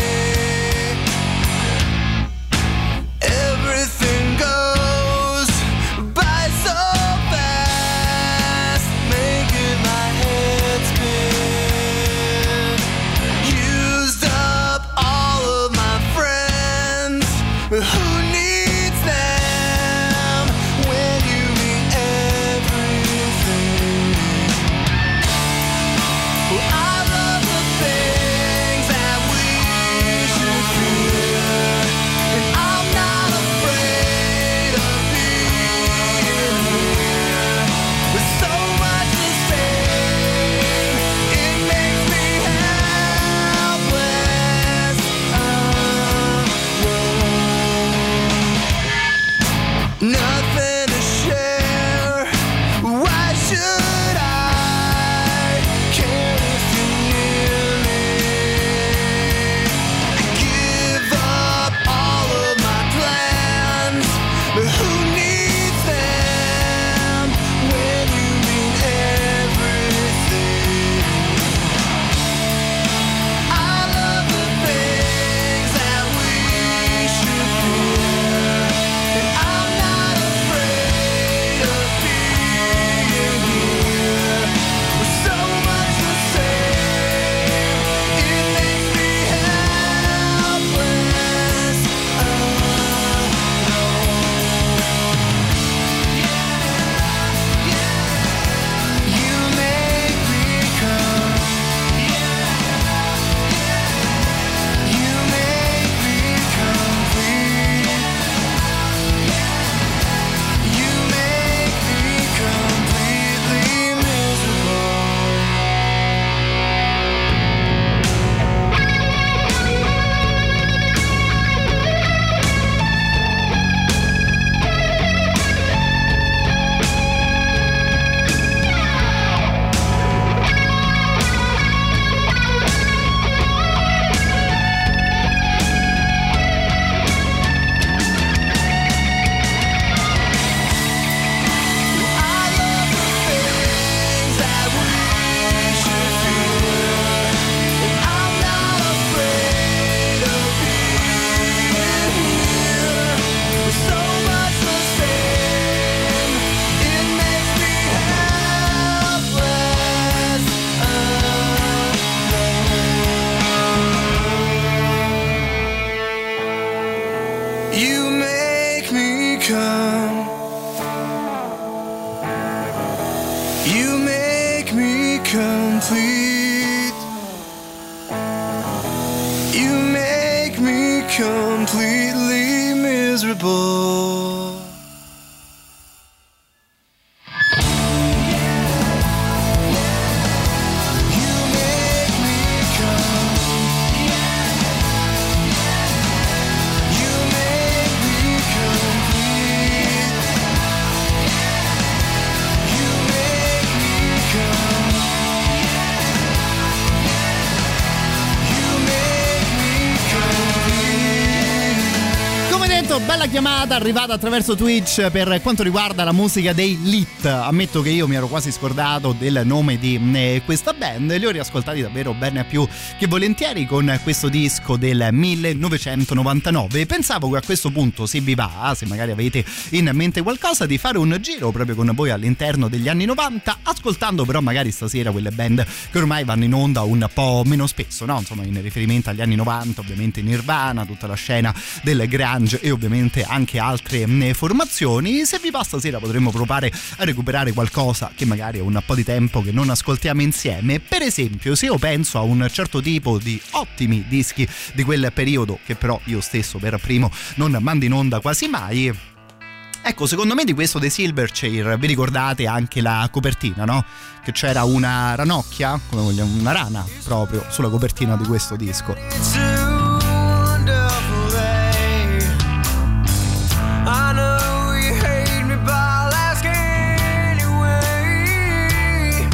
Everything goes by so fast, making my head spin. Used up all of my friends. Who needs them when you mean everything? Well, I love the things that we should fear, and I'm not afraid of being here. With so much to say, it makes me helpless. Nothing to share. Why should I care if you're near me? Give up all of my plans. But who needs them when you mean everything? I love the things that we should fear, and I'm not afraid of being here. With so much to say, it makes me helpless. You make me come. You make me complete. You make me completely miserable. Things that we should fear, and I'm not afraid of being here. With so much the same, it makes me helpless. You make me come. You make me complete. You make me completely miserable. You make me complete. intanto bella chiamata arrivata attraverso Twitch per quanto riguarda la musica dei Lit. Ammetto che io mi ero quasi scordato del nome di eh, questa band, li ho riascoltati davvero ben più che volentieri con questo disco del millenovecentonovantanove. Pensavo che a questo punto, se vi va, se magari avete in mente qualcosa, di fare un giro proprio con voi all'interno degli anni novanta, ascoltando però magari stasera quelle band che ormai vanno in onda un po' meno spesso, no? Insomma, in riferimento agli anni novanta, ovviamente Nirvana, tutta la scena del grunge e ovviamente anche altre formazioni. Se vi va stasera potremmo provare a recuperare qualcosa che magari è un po' di tempo che non ascoltiamo insieme. Per esempio, se io penso a un certo tipo di ottimi dischi di quel periodo, che però io stesso per primo non mando in onda quasi mai, ecco, secondo me di questo dei Silverchair vi ricordate anche la copertina, no? Che c'era una ranocchia, come vogliamo, una rana proprio sulla copertina di questo disco. I know you hate me, but I'll ask anyway.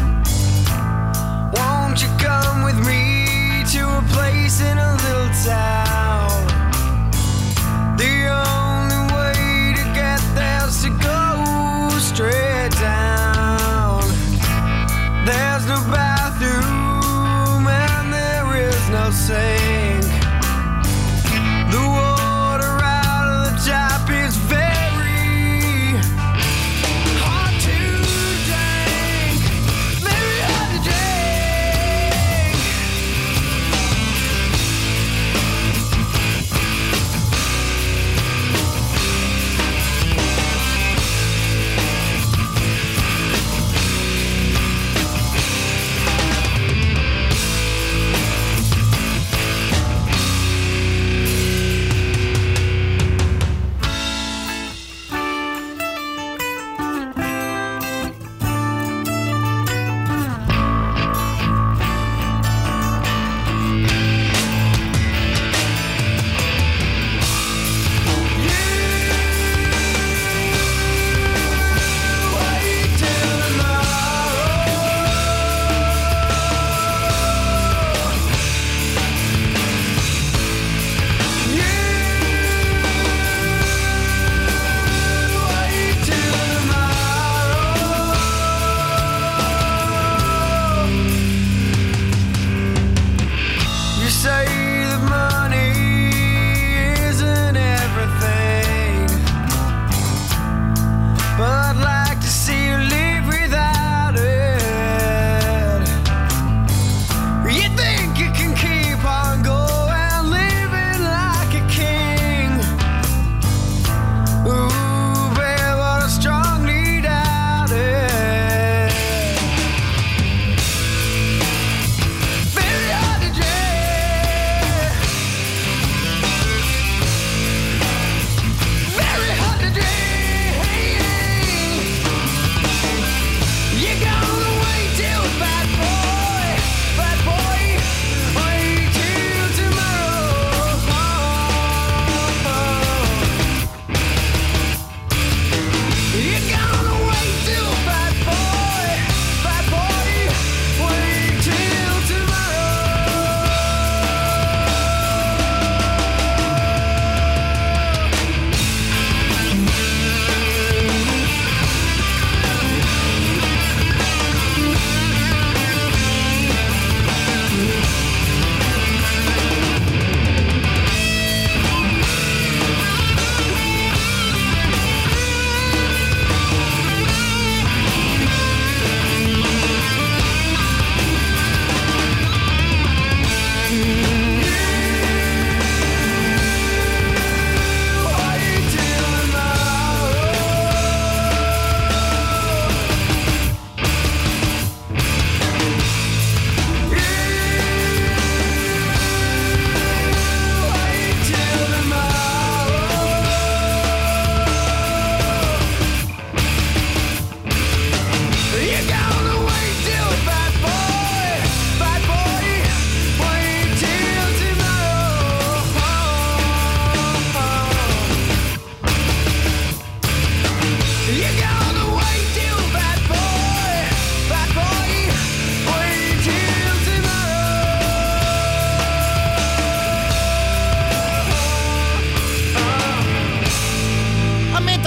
Won't you come with me to a place in a little town? The only way to get there's to go straight down. There's no bathroom and there is no sink. The water out of the tap is very hard to drink, very hard to drink.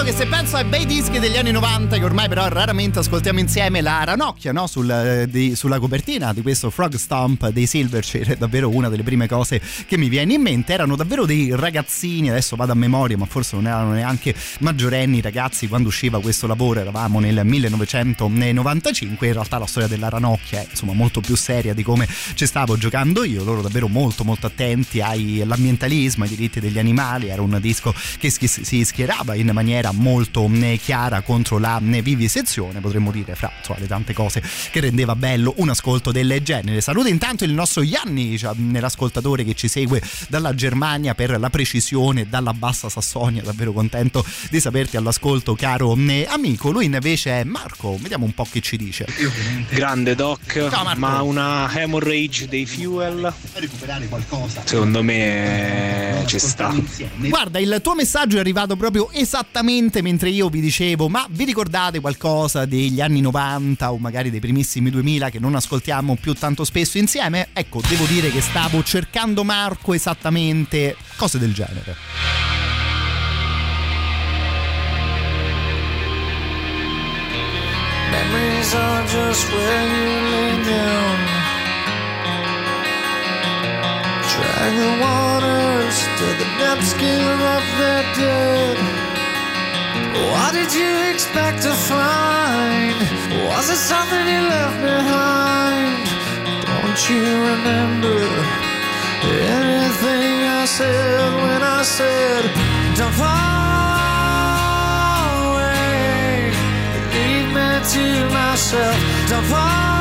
che se penso ai bei dischi degli anni novanta, che ormai però raramente ascoltiamo insieme, la ranocchia, no? Sul, di, sulla copertina di questo Frog Stomp dei Silverchair è davvero una delle prime cose che mi viene in mente. Erano davvero dei ragazzini, adesso vado a memoria, ma forse non erano neanche maggiorenni ragazzi quando usciva questo lavoro, eravamo nel millenovecentonovantacinque. In realtà la storia della ranocchia è insomma molto più seria di come ci stavo giocando io. Loro davvero molto molto attenti all'ambientalismo, ai diritti degli animali. Era un disco che si schierava in maniera molto chiara contro la vivisezione, potremmo dire, fra insomma, le tante cose che rendeva bello un ascolto del genere. Saluto intanto il nostro Gianni, cioè, l'ascoltatore che ci segue dalla Germania, per la precisione, dalla Bassa Sassonia. Davvero contento di saperti all'ascolto, caro amico. Lui invece è Marco, vediamo un po' che ci dice. Grande Doc, Ciao, ma una Hemorrhage dei Fuel recuperare qualcosa secondo me ci sta. Guarda, il tuo messaggio è arrivato proprio esattamente mentre io vi dicevo: ma vi ricordate qualcosa degli anni novanta o magari dei primissimi duemila che non ascoltiamo più tanto spesso insieme? Ecco, devo dire che stavo cercando, Marco, esattamente cose del genere. Memories are just where you lay down. Drag the waters to the depths, give up their dead. What did you expect to find? Was it something you left behind? Don't you remember anything I said when I said, don't fall away, leave me to myself. Don't fall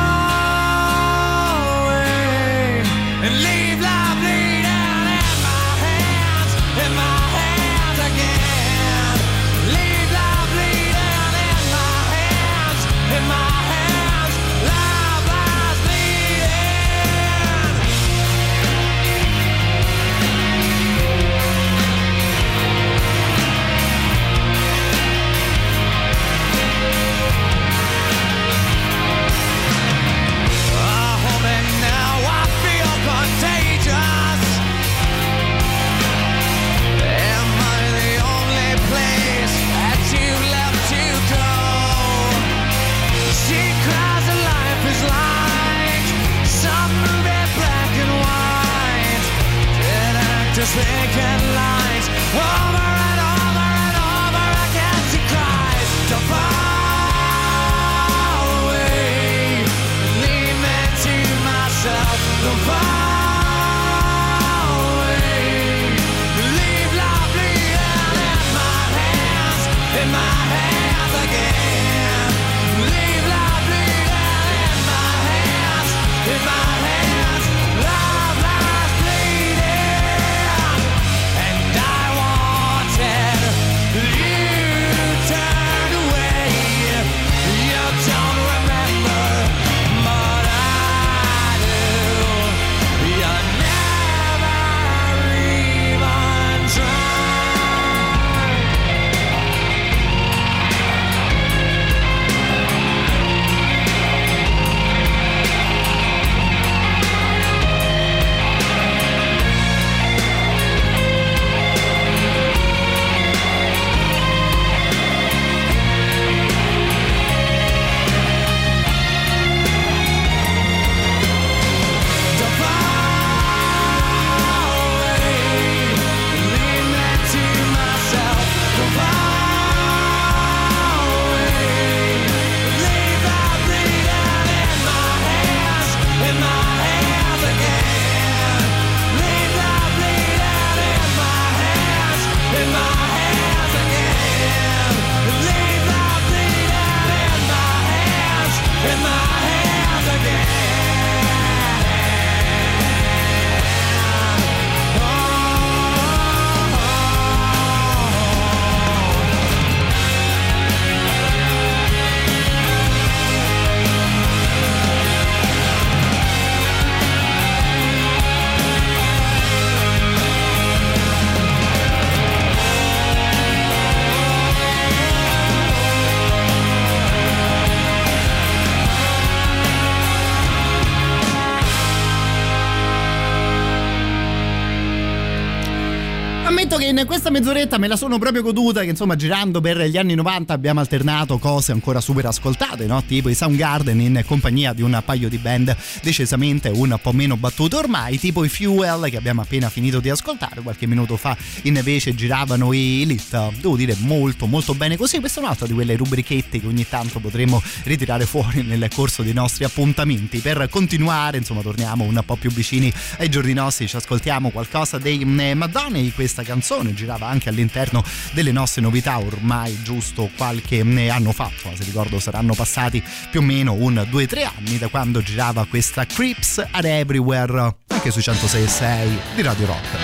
away and leave life bleeding in my hands, in my hands again. Leave life bleeding in my hands, in my hands. Life lies bleeding. Ah, hold it now, I feel contagious. Am I the only place that you left to go? She cries that life is like some movie, black and white. Dead actors making lights over and over and over again. She cries, don't fall away, leave me to myself. Don't fall away, leave life bleeding in my hands, in my hands again. Leave life bleeding in my hands, in my hands. Life lies bleeding. che in questa mezz'oretta me la sono proprio goduta, che insomma girando per gli anni novanta abbiamo alternato cose ancora super ascoltate, no? Tipo i Soundgarden in compagnia di un paio di band decisamente un po' meno battute ormai, tipo i Fuel che abbiamo appena finito di ascoltare. Qualche minuto fa invece giravano i Elite, devo dire molto molto bene così. Questa è un'altra di quelle rubrichette che ogni tanto potremo ritirare fuori nel corso dei nostri appuntamenti. Per continuare, insomma, torniamo un po' più vicini ai giorni nostri, ci ascoltiamo qualcosa dei Madonna. Questa canzone girava anche all'interno delle nostre novità ormai giusto qualche anno fa, se ricordo saranno passati più o meno un due tre anni da quando girava questa Creeps Are Everywhere, anche sui centosei e sei di Radio Rock.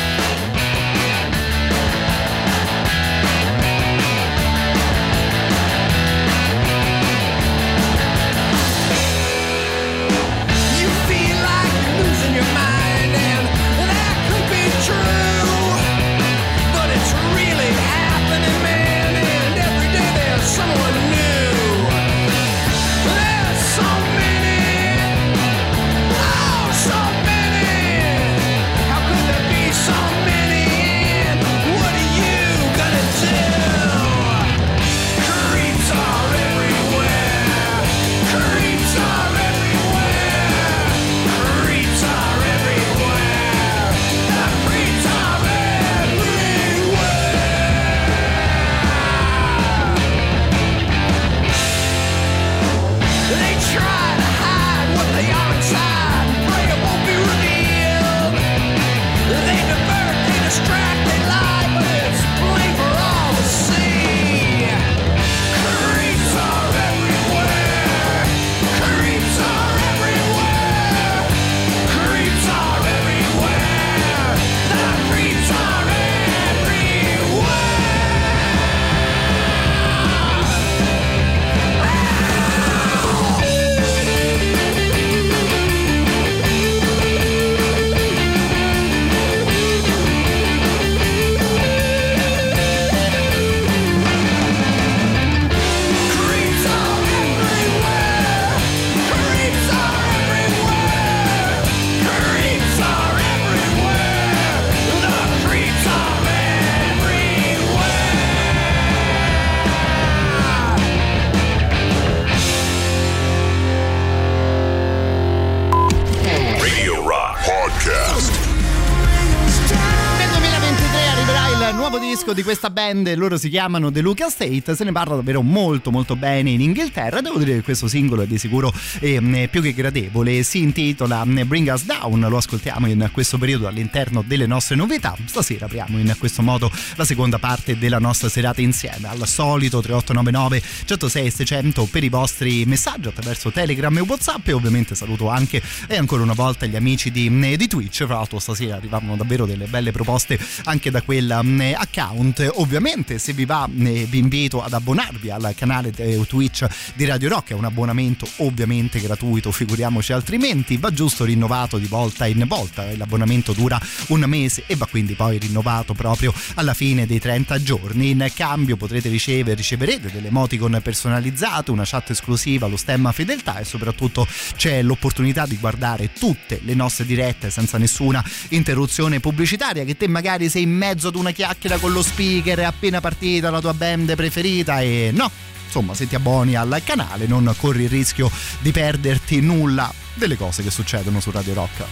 Di questa band, loro si chiamano The Luca State, se ne parla davvero molto molto bene in Inghilterra. Devo dire che questo singolo è di sicuro eh, più che gradevole, si intitola Bring Us Down, lo ascoltiamo in questo periodo all'interno delle nostre novità. Stasera apriamo in questo modo la seconda parte della nostra serata insieme, al solito tre otto nove nove centosei seicento per i vostri messaggi attraverso Telegram e WhatsApp, e ovviamente saluto anche e ancora una volta gli amici di, di Twitch. Fra l'altro stasera arrivavano davvero delle belle proposte anche da quella account. Ovviamente se vi va eh, vi invito ad abbonarvi al canale eh, Twitch di Radio Rock, è un abbonamento ovviamente gratuito, figuriamoci altrimenti, va giusto rinnovato di volta in volta, l'abbonamento dura un mese e va quindi poi rinnovato proprio alla fine dei trenta giorni. In cambio potrete ricevere, riceverete delle emoticon personalizzate, una chat esclusiva, lo stemma fedeltà e soprattutto c'è l'opportunità di guardare tutte le nostre dirette senza nessuna interruzione pubblicitaria, che te magari sei in mezzo ad una chiacchiera con lo speaker, è appena partita la tua band preferita e no, insomma, se ti abboni al canale non corri il rischio di perderti nulla delle cose che succedono su Radio Rock.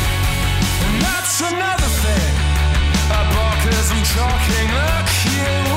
That's another thing about 'cause I'm talking like you.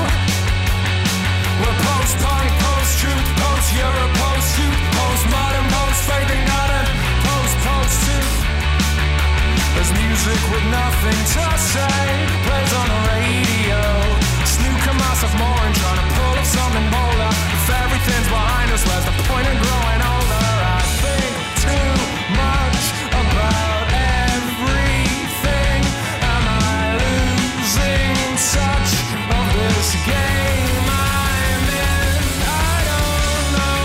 We're post-punk, post-truth, post-Euro, post-youth, post-modern, post-faith garden, post-post-truth. There's music with nothing to say, plays on the radio. Snooker myself more and trying to pull up something bolder. If everything's behind us, where's the point in growing older? I think too much about everything. Am I losing touch of this game I'm in? I don't know.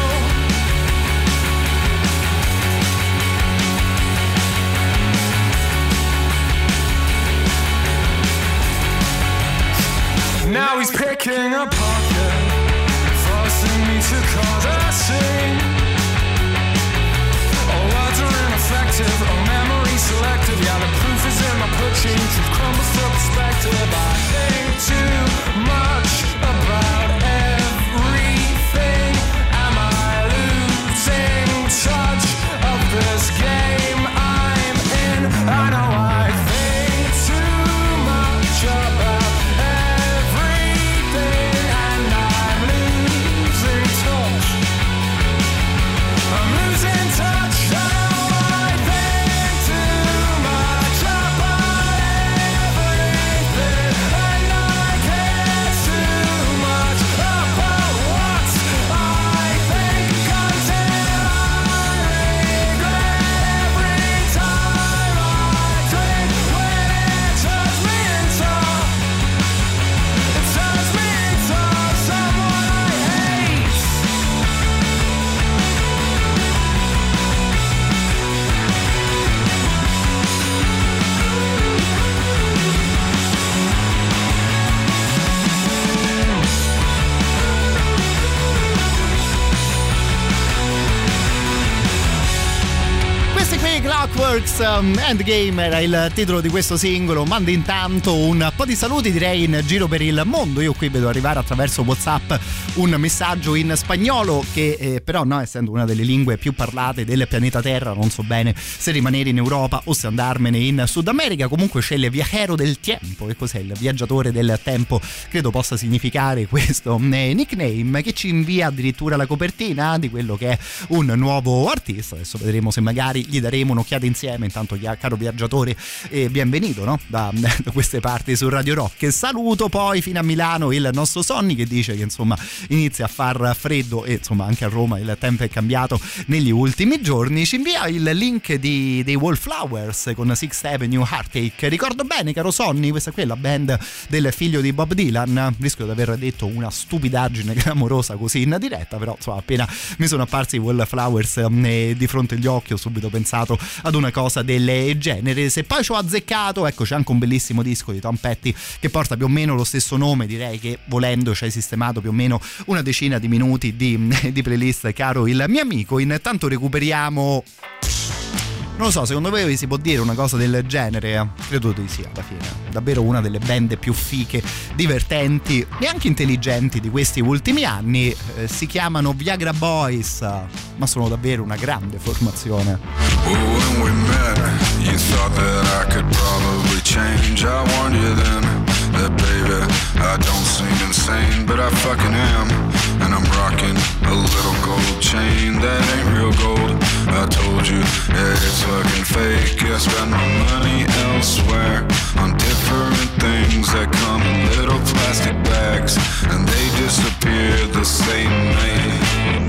Clockworks, um, Endgame era il titolo di questo singolo. Mando intanto un po' di saluti, direi, in giro per il mondo. Io qui vedo arrivare attraverso WhatsApp un messaggio in spagnolo che eh, però, no, essendo una delle lingue più parlate del pianeta Terra, non so bene se rimanere in Europa o se andarmene in Sud America. Comunque c'è il viajero del tiempo. Che cos'è il viaggiatore del tempo? Credo possa significare questo eh, nickname, che ci invia addirittura la copertina di quello che è un nuovo artista. Adesso vedremo se magari gli daremo un'occhiata insieme. Intanto, caro viaggiatore, eh, benvenuto, no? da, da queste parti su Radio Rock. Saluto poi fino a Milano il nostro Sonny, che dice che insomma inizia a far freddo e insomma anche a Roma il tempo è cambiato negli ultimi giorni. Ci invia il link di, dei Wallflowers con Sixth Avenue Heartache. Ricordo bene, caro Sonny, questa qui è la band del figlio di Bob Dylan. Rischio di aver detto una stupidaggine clamorosa così in diretta, però insomma appena mi sono apparsi i Wallflowers eh, di fronte agli occhi ho subito pensato ad una cosa del genere. Se poi ci ho azzeccato, ecco, c'è anche un bellissimo disco di Tom Petty che porta più o meno lo stesso nome. Direi che volendo ci hai sistemato più o meno una decina di minuti di, di playlist, caro il mio amico. Intanto recuperiamo, non lo so, secondo voi si può dire una cosa del genere? Credo di sì, alla fine. Davvero una delle band più fiche, divertenti e anche intelligenti di questi ultimi anni. Eh, si chiamano Viagra Boys, ma sono davvero una grande formazione. Well, when we met, you thought that I could probably change. I warned you then that, baby, I don't seem insane, but I fucking am. And I'm rocking a little gold chain that ain't real gold. I told you, yeah, it's fucking fake. I spend my money elsewhere on different things that come in little plastic bags, and they disappear the same night.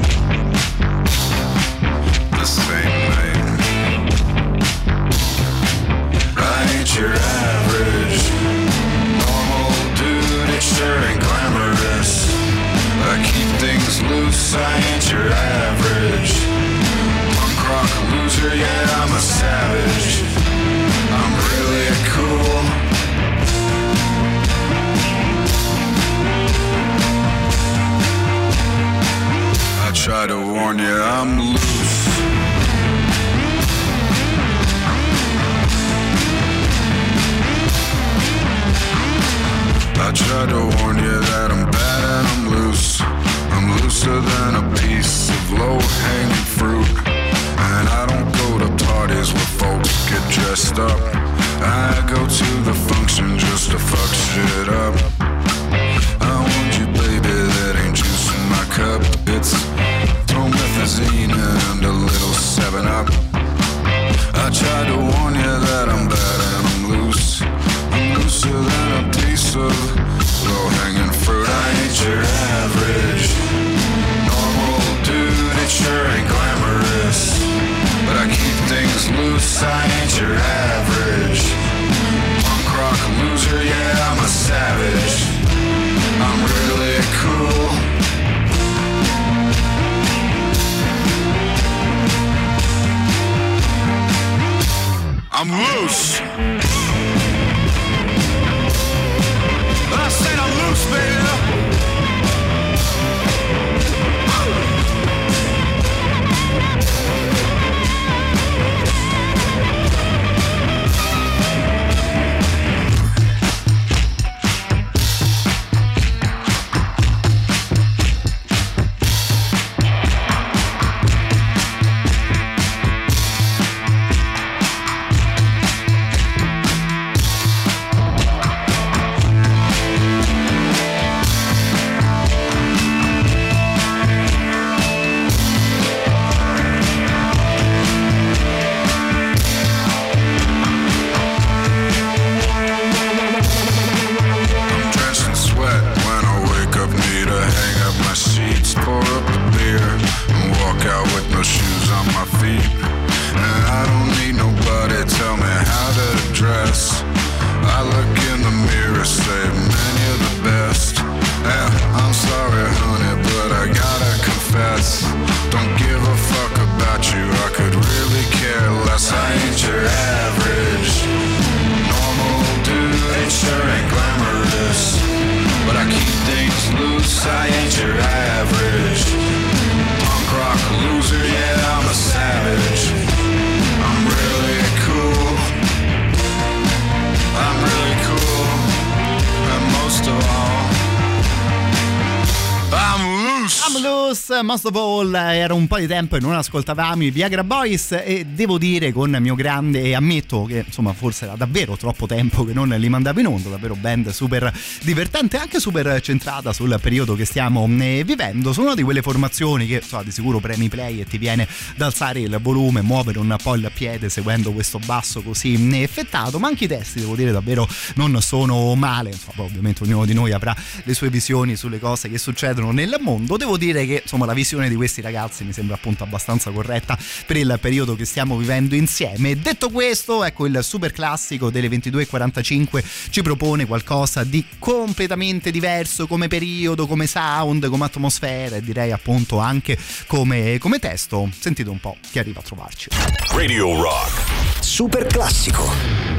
The same night. I ain't your average normal dude, it sure ain't glamorous. I keep things loose, I ain't your average punk rock loser, yeah, I'm a savage. I'm really cool. I try to warn you, I'm loose. I tried to warn you that I'm bad and I'm loose. I'm looser than a piece of low-hanging fruit. And I don't go to parties where folks get dressed up. I go to the function just to fuck shit up. I want you, baby, that ain't juice in my cup. It's promethazine and a little seven up. I tried to warn you that I'm bad and I'm loose. I'm looser than a piece of low-hanging fruit. I ain't your average normal dude, it sure ain't glamorous, but I keep things loose. I ain't your average punk rock loser, yeah, I'm a savage. I'm really cool. I'm loose. I said I'm loose, baby. I'm really Most of All, era un po' di tempo e non ascoltavamo i Viagra Boys e devo dire con mio grande, e ammetto che insomma forse era davvero troppo tempo che non li mandavo in onda, davvero band super divertente, anche super centrata sul periodo che stiamo vivendo. Sono una di quelle formazioni che insomma, di sicuro premi play e ti viene da alzare il volume, muovere un po' il piede seguendo questo basso così effettato, ma anche i testi devo dire davvero non sono male, insomma, poi, ovviamente ognuno di noi avrà le sue visioni sulle cose che succedono nel mondo. Devo dire che insomma la visione di questi ragazzi mi sembra appunto abbastanza corretta per il periodo che stiamo vivendo insieme. Detto questo, ecco, il super classico delle ventidue e quarantacinque ci propone qualcosa di completamente diverso come periodo, come sound, come atmosfera e direi appunto anche come, come testo. Sentite un po' chi arriva a trovarci. Radio Rock Super classico.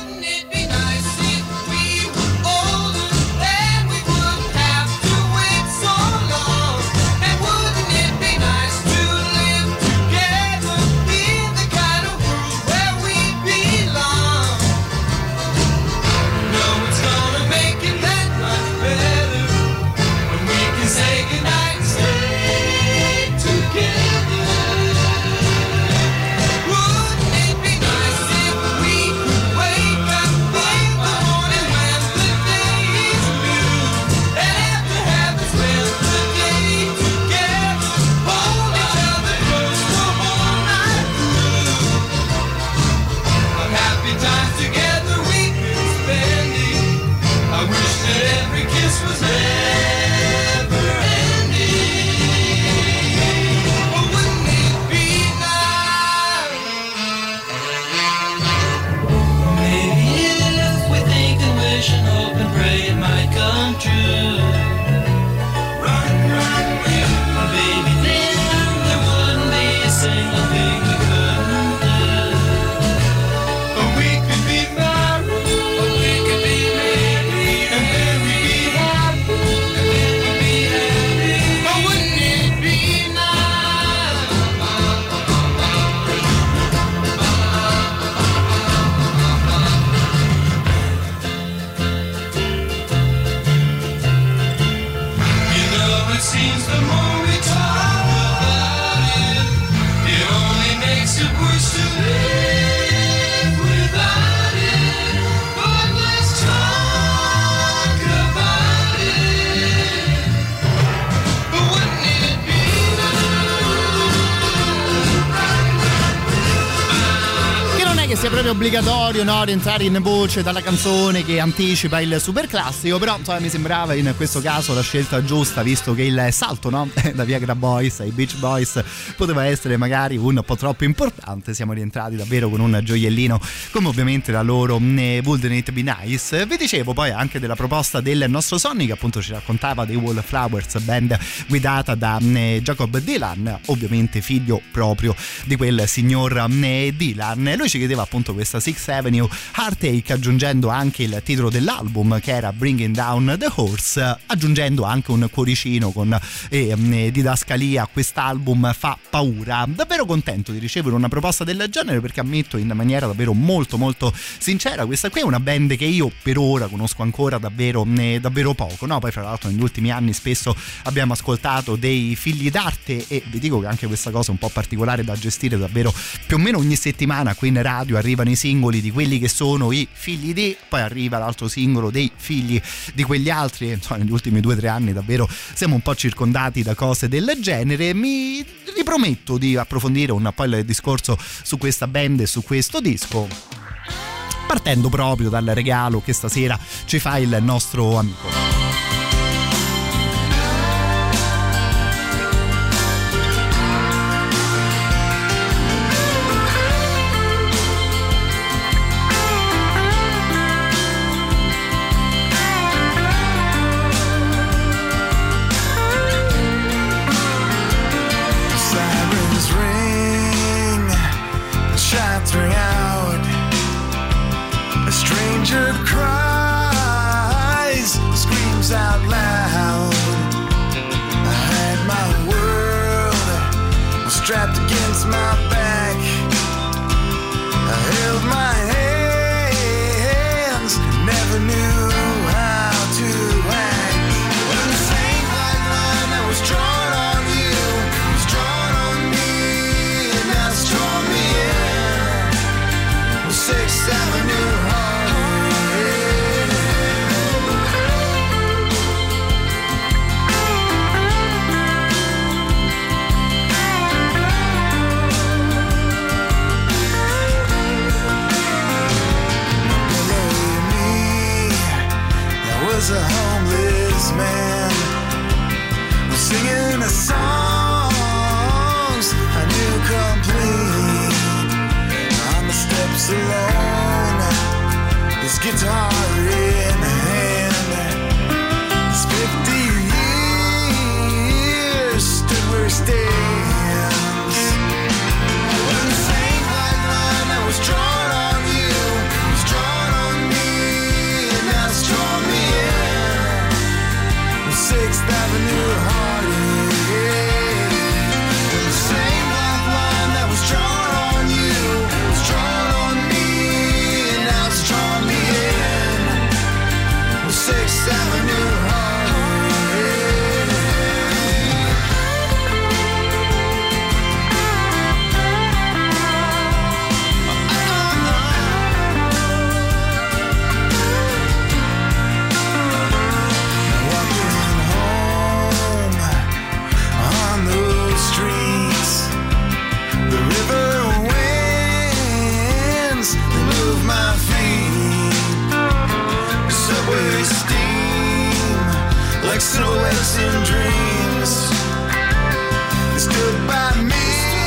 Sia proprio obbligatorio, no, rientrare in voce dalla canzone che anticipa il super classico, però insomma, mi sembrava in questo caso la scelta giusta, visto che il salto, no, da Viagra Boys ai Beach Boys poteva essere magari un po' troppo importante. Siamo rientrati davvero con un gioiellino come ovviamente la loro Wouldn't It Be Nice. Vi dicevo poi anche della proposta del nostro Sonny, che appunto ci raccontava dei Wallflowers, band guidata da Jacob Dylan, ovviamente figlio proprio di quel signor Dylan. Lui ci chiedeva appunto questa Sixth Avenue Heartache, aggiungendo anche il titolo dell'album che era Bringing Down the Horse, aggiungendo anche un cuoricino con eh, didascalia. Quest'album fa paura. Davvero contento di ricevere una proposta del genere, perché ammetto in maniera davvero molto molto sincera, questa qui è una band che io per ora conosco ancora davvero eh, davvero poco, no? Poi fra l'altro negli ultimi anni spesso abbiamo ascoltato dei figli d'arte e vi dico che anche questa cosa è un po' particolare da gestire, davvero più o meno ogni settimana qui in radio arrivano i singoli di quelli che sono i figli di, poi arriva l'altro singolo dei figli di quegli altri e insomma negli ultimi due o tre anni davvero siamo un po' circondati da cose del genere. Mi riprometto di approfondire un po' il discorso su questa band e su questo disco, partendo proprio dal regalo che stasera ci fa il nostro amico. Out loud, I had my world strapped against my back. I held my hands, never knew how to act. When the same black line that was drawn on you alone, his guitar in hand. His fifty years stood where he stands. When the same black line that was drawn on you was drawn on me, and now it's drawn me in. Sixth Avenue heartache. The same black line that was drawn on you was drawn on me, and now it's drawn me in. Sixth Avenue silhouettes and dreams. They stood by me,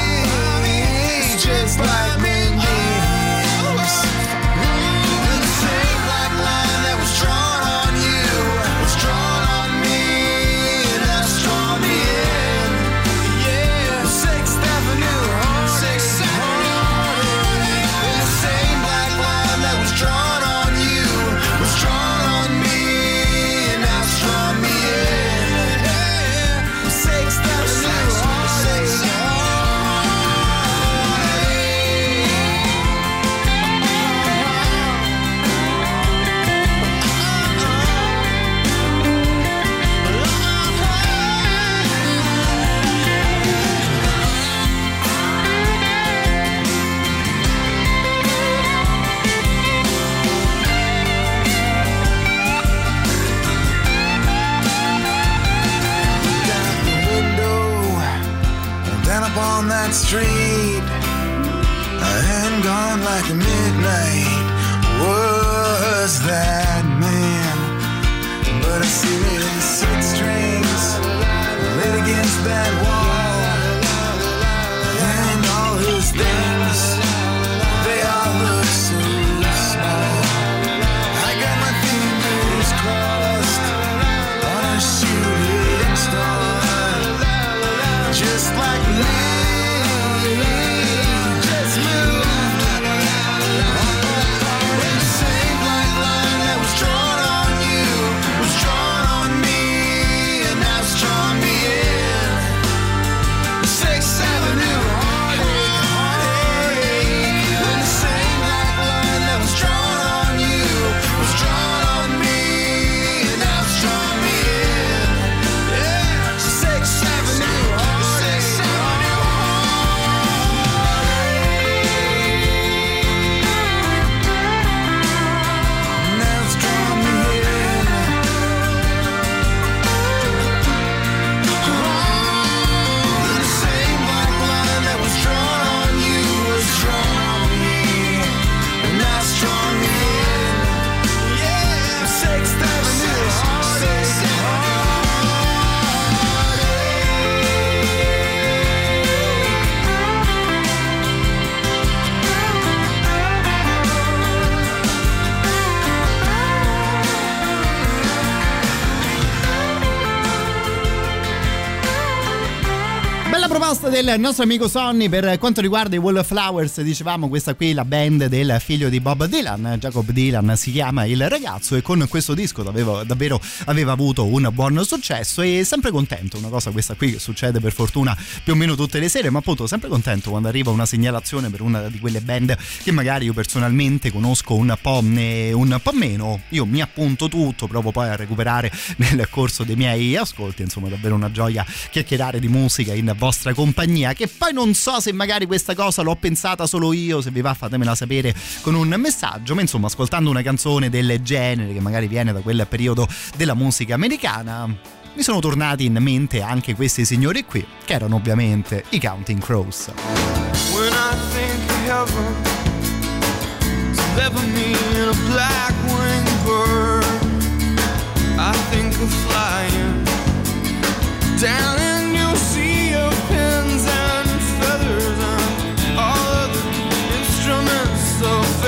just like men names. And the same black line that was drawn on you was drawn on me, and that's drawn me in. Yeah, Sixth Avenue, Sixth Avenue. And the same black line that was drawn on you was drawn on me, and that's drawn me in. On that street, and gone like a midnight was that man. But I see his six strings laid against that wall, and all his things, they all look so small. I got my fingers crossed on a shooting star, just like me. Del nostro amico Sonny per quanto riguarda i Wallflowers, dicevamo questa qui la band del figlio di Bob Dylan, Jacob Dylan si chiama il ragazzo, e con questo disco davvero, davvero aveva avuto un buon successo, e sempre contento, una cosa questa qui che succede per fortuna più o meno tutte le sere, ma appunto sempre contento quando arriva una segnalazione per una di quelle band che magari io personalmente conosco un po', un po' meno, io mi appunto tutto, provo poi a recuperare nel corso dei miei ascolti, insomma davvero una gioia chiacchierare di musica in vostra compagnia, che poi non so se magari questa cosa l'ho pensata solo io, se vi va fatemela sapere con un messaggio, ma insomma ascoltando una canzone del genere che magari viene da quel periodo della musica americana mi sono tornati in mente anche questi signori qui, che erano ovviamente i Counting Crows. When I think of heaven, it's never me in a black winged bird. I think of flying down in your sea of pins and feathers and all of the instruments so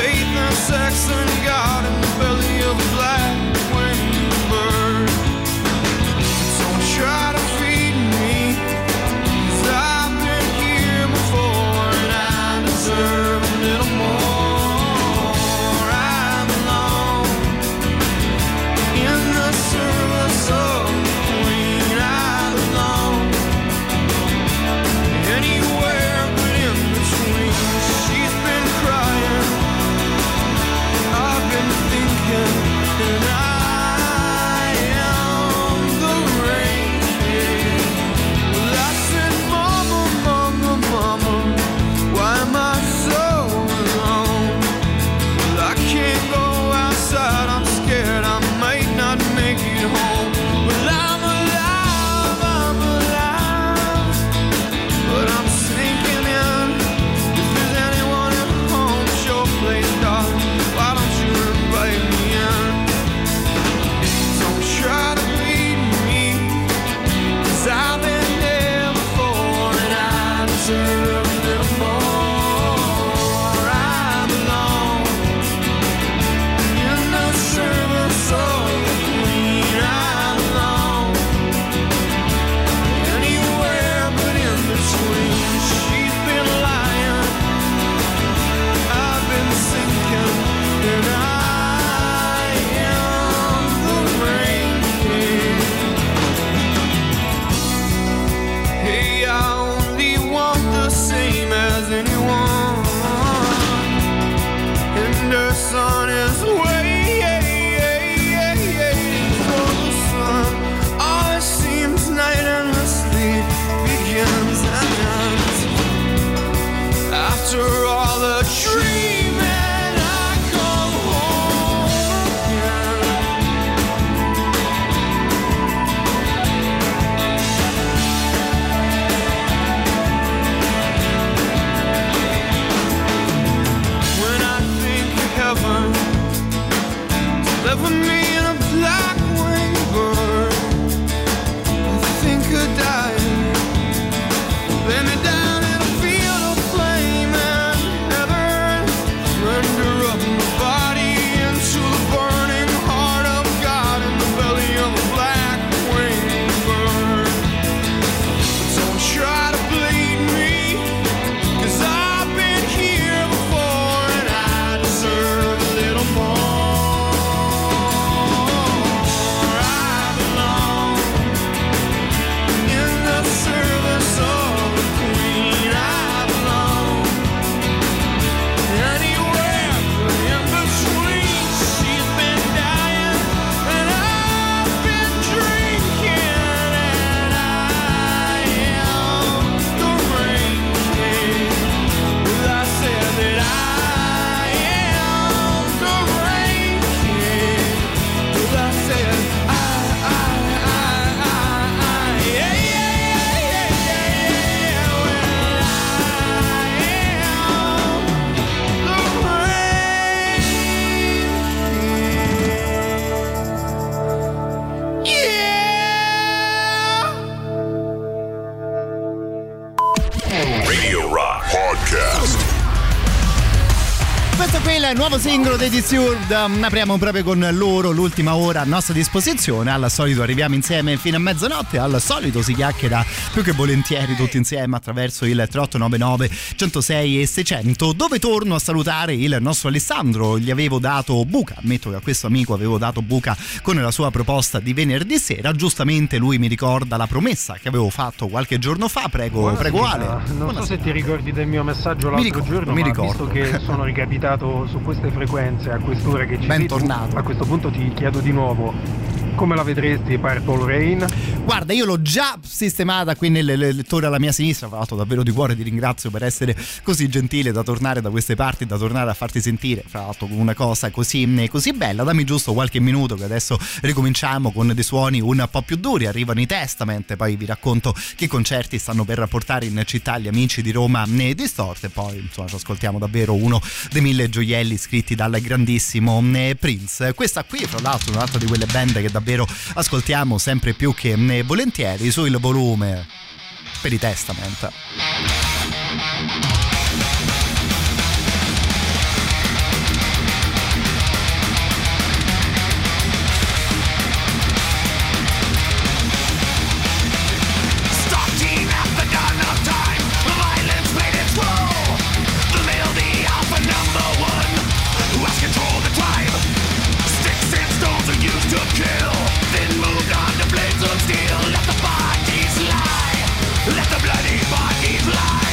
after all the dreaming, I come home again. When I think of heaven, it's left with me in a black winged bird. I think of dying, lay me down in a field of flame and heaven. Render up my body into the burning heart of God in the belly of a black winged bird. But don't try to bleed me, 'cause I've been here before and I deserve a little more. I belong in the service of the Queen. I belong anywhere in between. She's been dying and I've been drinking, and I am the Rain King. Well, I said that I am the Rain King. Well, I said I, I, I, I, I, yeah, yeah, yeah, yeah, yeah, yeah. Well, I am the Rain King. Yeah. Radio Rock Podcast. Questo qui è il nuovo singolo dei Disturbed. Apriamo proprio con loro l'ultima ora a nostra disposizione. Al solito arriviamo insieme fino a mezzanotte. Al solito si chiacchiera più che volentieri tutti insieme attraverso il tre otto nove nove, centosei e seicento, dove torno a salutare il nostro Alessandro. Gli avevo dato buca, ammetto che a questo amico avevo dato buca con la sua proposta di venerdì sera. Giustamente lui mi ricorda la promessa che avevo fatto qualche giorno fa. Prego, Buonasera. prego Ale. Non Buonasera. so se ti ricordi del mio messaggio Mi l'altro ricordo, giorno, mi ma ricordo. visto che sono ricapitato su queste frequenze a quest'ora che ci sei tu, Bentornato. a questo punto ti chiedo di nuovo: come la vedresti Purple Rain? Guarda, io l'ho già sistemata qui nel lettore alla mia sinistra. Tra l'altro davvero di cuore ti ringrazio per essere così gentile da tornare da queste parti, da tornare a farti sentire, fra l'altro con una cosa così, così bella. Dammi giusto qualche minuto che adesso ricominciamo con dei suoni un po' più duri. Arrivano i Testament, poi vi racconto che concerti stanno per portare in città gli amici di Roma Distorte, e poi insomma ci ascoltiamo davvero uno dei mille gioielli scritti dal grandissimo Prince. Questa qui fra l'altro è un'altra di quelle band che davvero ascoltiamo sempre più che volentieri sul volume per i Testament. Starting at the dawn of time, violence played its role. The male, the alpha number one, who has controlled the tribe. Sticks and stones are used to kill, then moved on to blades of steel. Let the bodies lie, let the bloody bodies lie.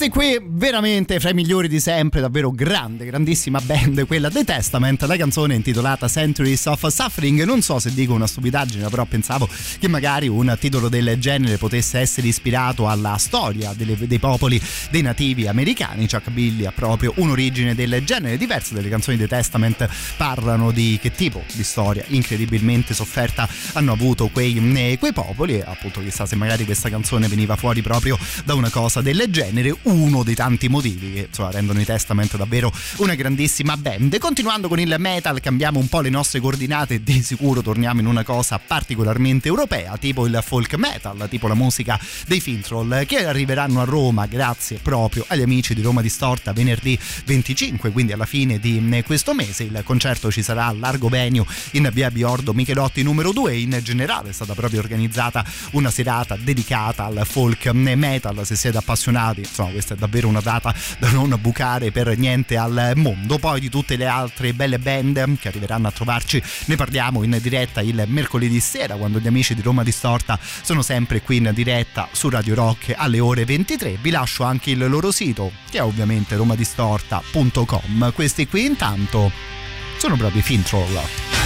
Questi qui veramente fra i migliori di sempre, davvero grande, grandissima band, quella The Testament. La canzone è intitolata Centuries of Suffering. Non so se dico una stupidaggine, però pensavo che magari un titolo del genere potesse essere ispirato alla storia delle, dei popoli dei nativi americani. Chuck Billy ha proprio un'origine del genere. Diverse delle canzoni The Testament parlano di che tipo di storia incredibilmente sofferta hanno avuto quei, quei popoli, e appunto chissà se magari questa canzone veniva fuori proprio da una cosa del genere, uno dei tanti motivi che insomma rendono i Testament davvero una grandissima band. Continuando con il metal, cambiamo un po' le nostre coordinate e di sicuro torniamo in una cosa particolarmente europea, tipo il folk metal, tipo la musica dei Fintroll, che arriveranno a Roma grazie proprio agli amici di Roma Distorta venerdì venticinque, quindi alla fine di questo mese. Il concerto ci sarà al Largo Venio in via Biordo Michelotti numero due. In generale è stata proprio organizzata una serata dedicata al folk metal. Se siete appassionati, insomma, questa è davvero una data da non bucare per niente al mondo. Poi di tutte le altre belle band che arriveranno a trovarci ne parliamo in diretta il mercoledì sera, quando gli amici di Roma Distorta sono sempre qui in diretta su Radio Rock alle ore ventitré. Vi lascio anche il loro sito, che è ovviamente romadistorta punto com. Questi qui intanto sono proprio i Fintroll.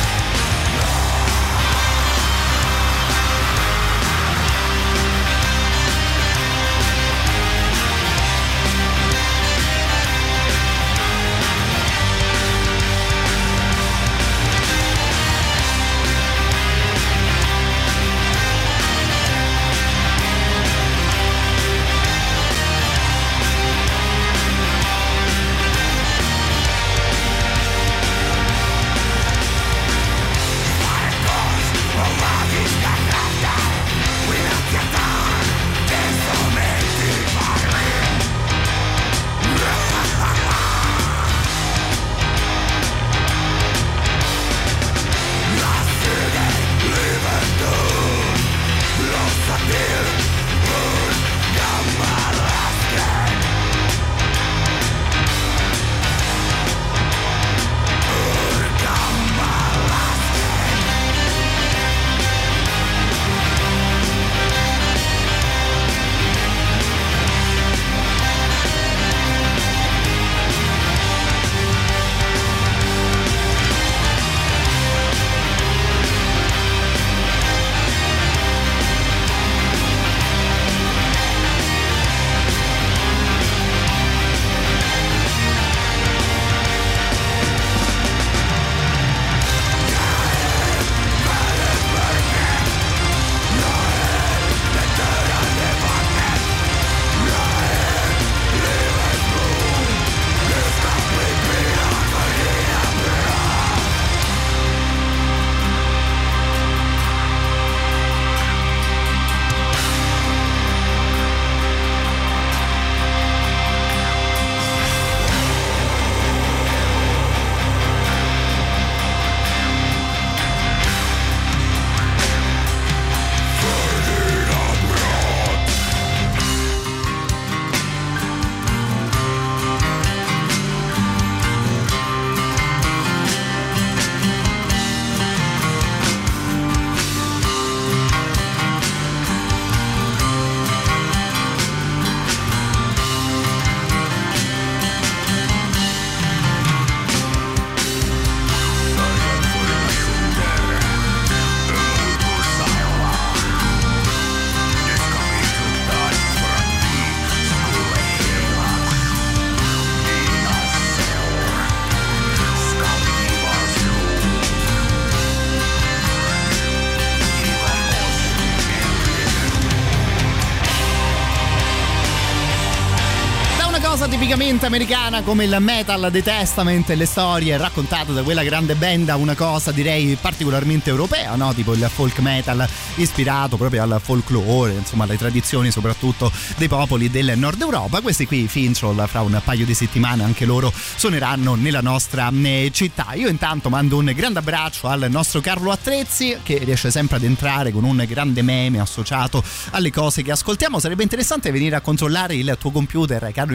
Tipicamente americana come il metal The Testament e le storie raccontate da quella grande band a una cosa direi particolarmente europea, no? Tipo il folk metal ispirato proprio al folklore, insomma alle tradizioni soprattutto dei popoli del nord Europa. Questi qui Fintroll fra un paio di settimane anche loro suoneranno nella nostra città. Io intanto mando un grande abbraccio al nostro Carlo Attrezzi, che riesce sempre ad entrare con un grande meme associato alle cose che ascoltiamo. Sarebbe interessante venire a controllare il tuo computer, caro il mio Carlo,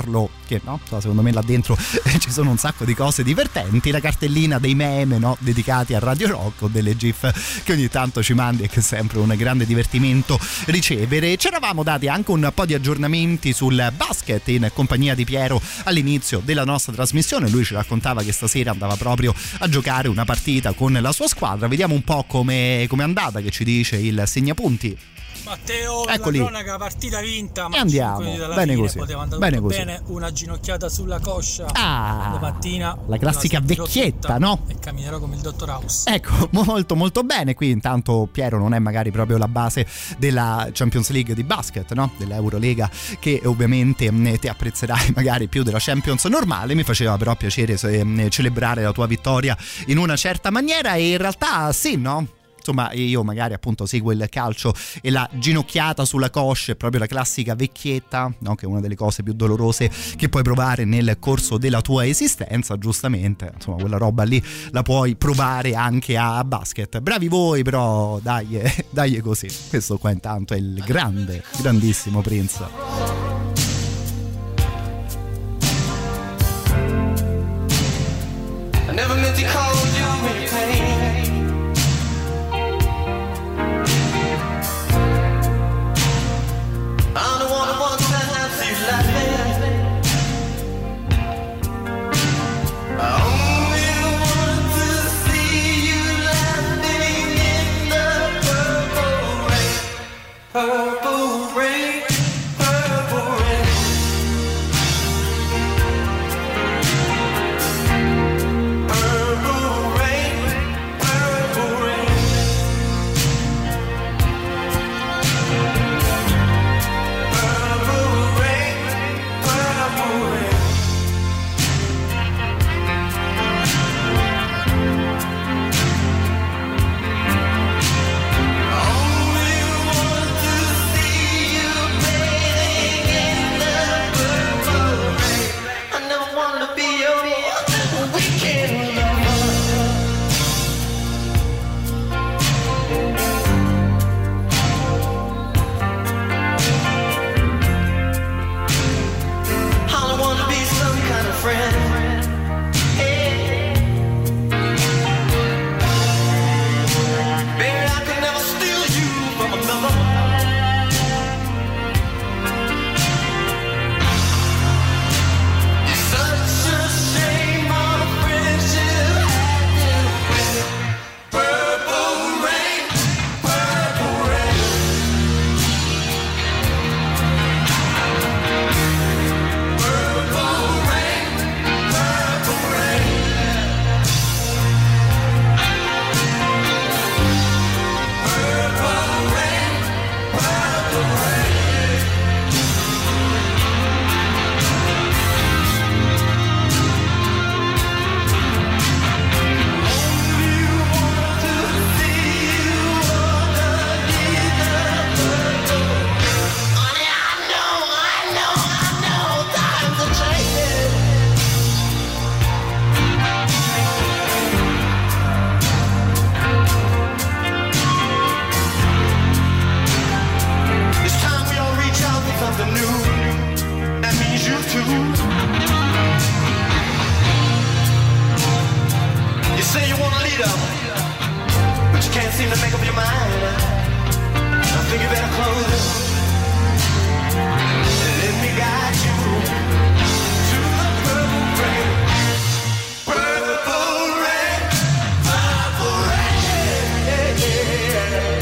Carlo, che no, secondo me là dentro ci sono un sacco di cose divertenti, la cartellina dei meme, no, dedicati a Radio Rock, o delle gif che ogni tanto ci mandi e che è sempre un grande divertimento ricevere. Ci eravamo dati anche un po' di aggiornamenti sul basket in compagnia di Piero all'inizio della nostra trasmissione. Lui ci raccontava che stasera andava proprio a giocare una partita con la sua squadra. Vediamo un po' come è andata, che ci dice il segnapunti. Matteo, Eccoli. la cronaca, partita vinta, ma E andiamo, cinque minuti dalla bene fine, così, poteva andare bene tutto così. bene, una ginocchiata sulla coscia Ah, mattina, la classica la sentirò vecchietta, tutta no? E camminerò come il dottor House. Ecco, molto molto bene. Qui intanto Piero non è magari proprio la base della Champions League di basket, no? Dell'Eurolega, che ovviamente mh, te apprezzerai magari più della Champions normale. Mi faceva però piacere se, mh, celebrare la tua vittoria in una certa maniera, e in realtà sì, no? Insomma, io magari appunto seguo il calcio e la ginocchiata sulla coscia è proprio la classica vecchietta, no? Che è una delle cose più dolorose che puoi provare nel corso della tua esistenza, giustamente. Insomma, quella roba lì la puoi provare anche a basket. Bravi voi, però dai, dai così. Questo qua intanto è il grande, grandissimo Prince. I never meant to call you in pain. I'm the one who wants to have you laughing. I only want to see you laughing in the purple rain. Purple rain, purple rain. Purple rain, purple rain. Friend, hey. Baby, I could never steal you from another. It's such a shame our friendship had to end. Purple rain, purple rain. Purple rain. Something new, that means you too. You say you want a leader, but you can't seem to make up your mind. I think you better close it and let me guide you to the purple rain. Purple rain, purple rain, yeah, yeah.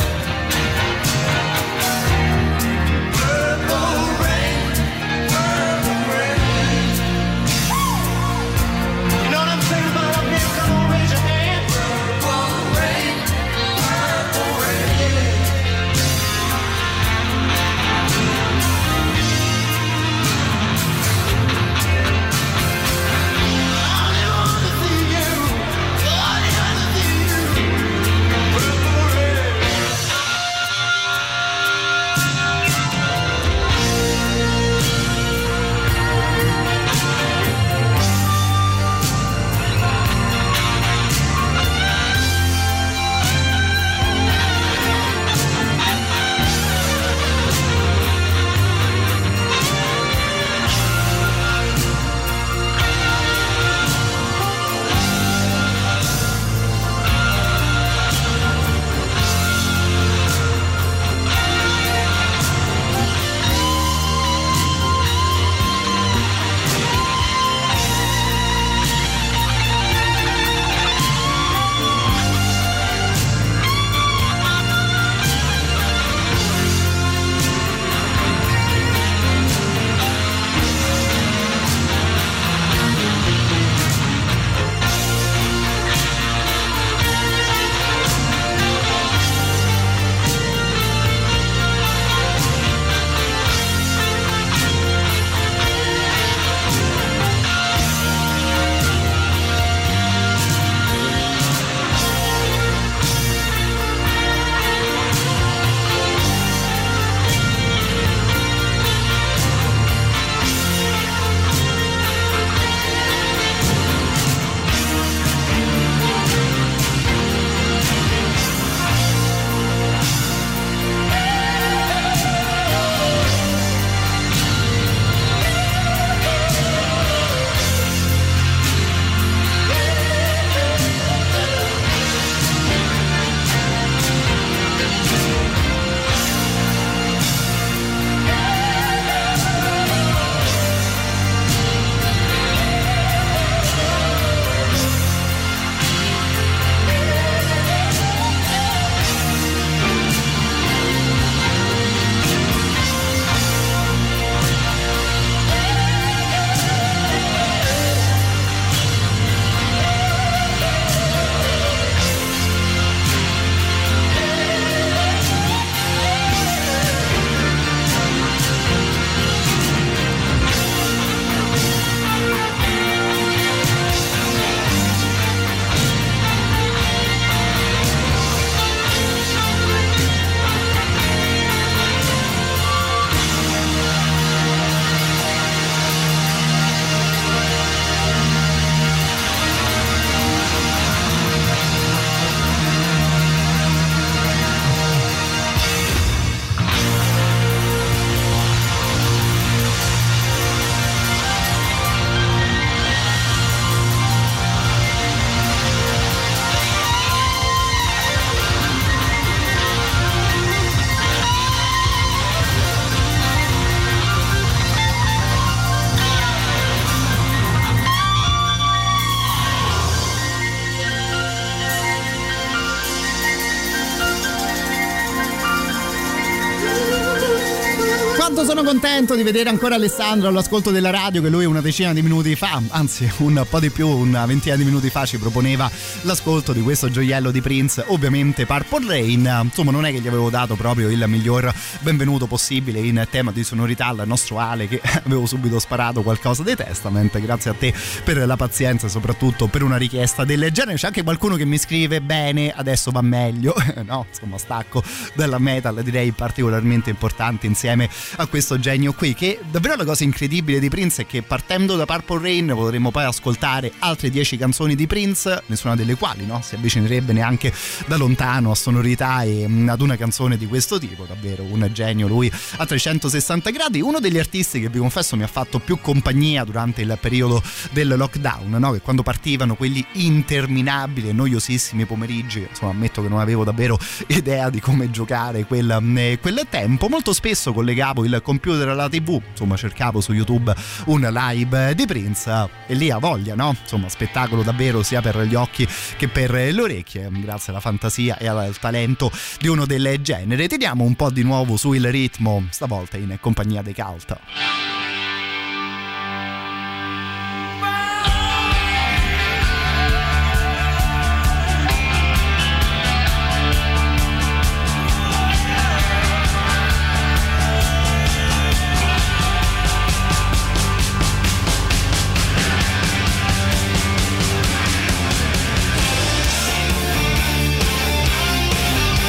Quanto sono contento di vedere ancora Alessandro all'ascolto della radio, che lui una decina di minuti fa, anzi un po' di più, una ventina di minuti fa ci proponeva l'ascolto di questo gioiello di Prince, ovviamente Purple Rain. Insomma, non è che gli avevo dato proprio il miglior benvenuto possibile in tema di sonorità al nostro Ale, che avevo subito sparato qualcosa dei Testament. Grazie a te per la pazienza e soprattutto per una richiesta del genere. C'è anche qualcuno che mi scrive: bene, adesso va meglio. No, insomma, stacco dalla metal, direi particolarmente importante insieme a questo genio qui. Che davvero la cosa incredibile di Prince è che partendo da Purple Rain potremmo poi ascoltare altre dieci canzoni di Prince, nessuna delle quali no, si avvicinerebbe neanche da lontano a sonorità e ad una canzone di questo tipo. Davvero un genio lui a trecentosessanta gradi, uno degli artisti che vi confesso mi ha fatto più compagnia durante il periodo del lockdown, no? Che quando partivano quelli interminabili e noiosissimi pomeriggi, insomma ammetto che non avevo davvero idea di come giocare quel, quel tempo, molto spesso collegavo il computer alla tv, insomma cercavo su YouTube un live di Prince e lì a voglia, no? Insomma spettacolo davvero sia per gli occhi che per le orecchie, grazie alla fantasia e al talento di uno del genere. Teniamo un po' di nuovo su il ritmo, stavolta in compagnia dei Cult.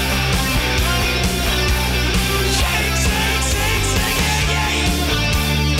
Shake, shake, shake, shake, yeah, yeah.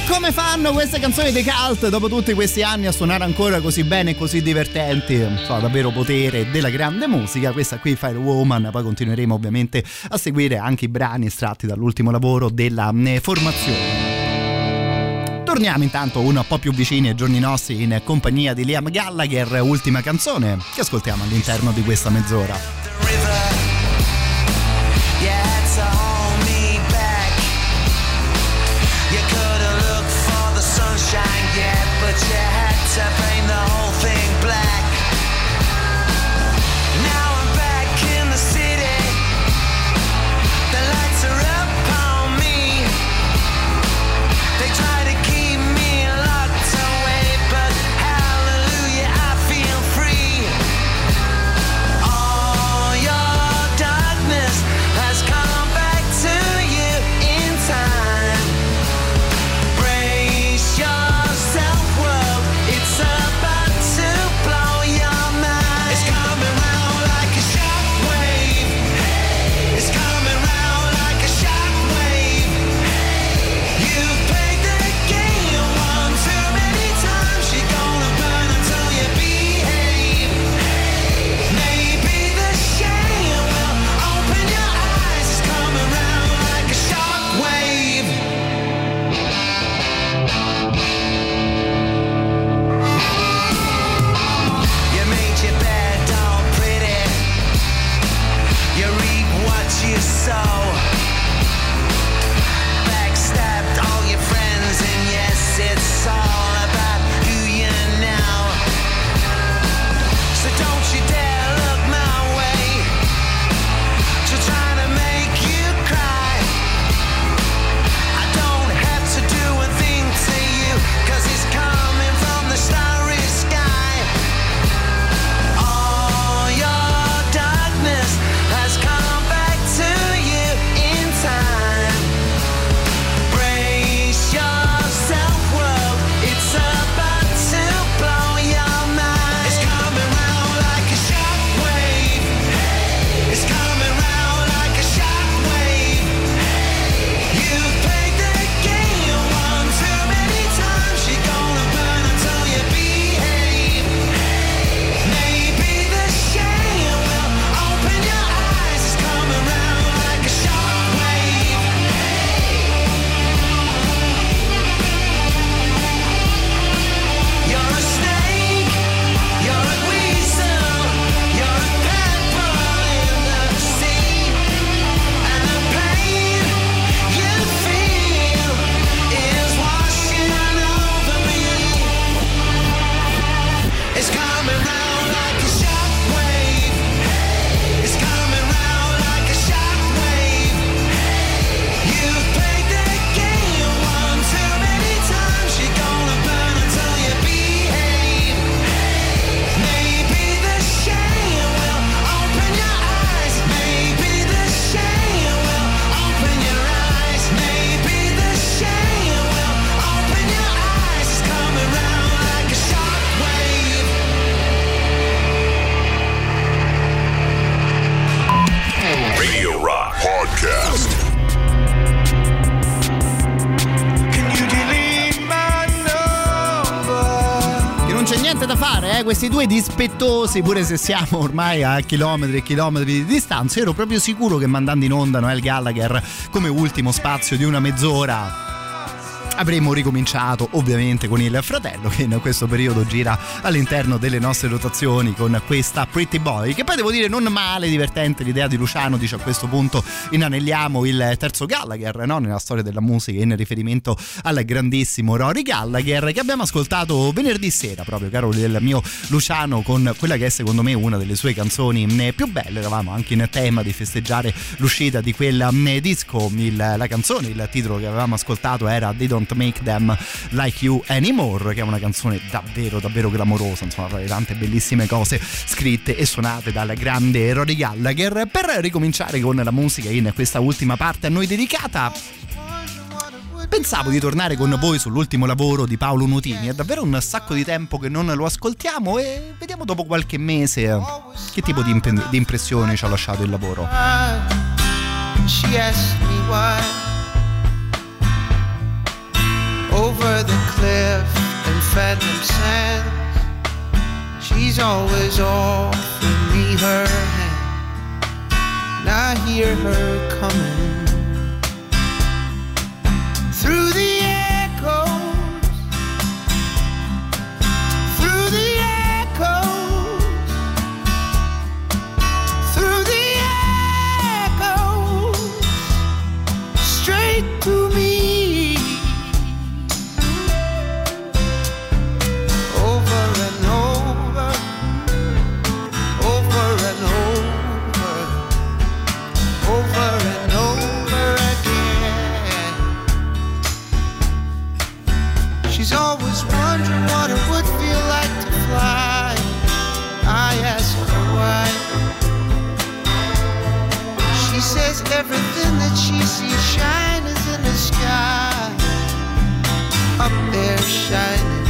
Come fanno queste canzoni dei Cult dopo tutti questi anni a suonare ancora così bene e così divertenti? Fa davvero potere della grande musica. Questa qui, Firewoman. Poi continueremo ovviamente a seguire anche i brani estratti dall'ultimo lavoro della formazione. Torniamo intanto un po' più vicini ai giorni nostri in compagnia di Liam Gallagher, ultima canzone che ascoltiamo all'interno di questa mezz'ora. Yeah, but you had to paint the whole thing black. Now I'm back in the city. The lights are up on me. They try to keep me locked away, but hallelujah, I feel free. All your darkness has come back to you in time. Brace your so backstabbed all your friends, and yes, it's all about who you know. So don't you dare look my way to try to make you cry. I don't have to do a thing to you, 'cause it's coming from the starry sky. All your darkness has come back to you in time. Brace yourself, world, it's about to blow your mind. It's coming round like a shockwave. It's coming round like a shockwave. You've played the game one too many times. You're gonna burn until you behave. Maybe the shame will open your eyes. It's coming round like a shockwave. You're a snake, you're a weasel, you're a pebble in the sea, and the pain you feel is washing over me. It's coming round like a shockwave. It's coming round like a shockwave. You've played the game one too many times. You're gonna burn until you behave. Maybe the shame will open your eyes. Maybe the shame will open your eyes. Maybe the shame will open your eyes. It's coming round like a shockwave. Radio Rock Podcast. Che non c'è niente da fare, eh? Questi due dispettosi, pure se siamo ormai a chilometri e chilometri di distanza. Io ero proprio sicuro che mandando in onda Noel Gallagher come ultimo spazio di una mezz'ora avremmo ricominciato ovviamente con il fratello, che in questo periodo gira all'interno delle nostre rotazioni con questa Pretty Boy, che poi devo dire non male, divertente l'idea di Luciano. Dice: a questo punto inanelliamo il terzo Gallagher, no? Nella storia della musica, in riferimento al grandissimo Rory Gallagher, che abbiamo ascoltato venerdì sera, proprio caro del mio Luciano, con quella che è secondo me una delle sue canzoni più belle. Eravamo anche in tema di festeggiare l'uscita di quel disco. Il, la canzone, il titolo che avevamo ascoltato era They Don't Make Them Like You Anymore, che è una canzone davvero davvero clamorosa, insomma, tra le tante bellissime cose scritte e suonate dal grande Rory Gallagher. Per ricominciare con la musica in questa ultima parte a noi dedicata, pensavo di tornare con voi sull'ultimo lavoro di Paolo Nutini. È davvero un sacco di tempo che non lo ascoltiamo e vediamo dopo qualche mese che tipo di, imp- di impressioni ci ha lasciato il lavoro. She asked me why. Over over the cliff and phantom sands. She's always offering me her hand, and I hear her coming through the echoes, through the echoes, through the echoes, straight to me. She's always wondering what it would feel like to fly. I ask her why. She says everything that she sees shine is in the sky, up there shining.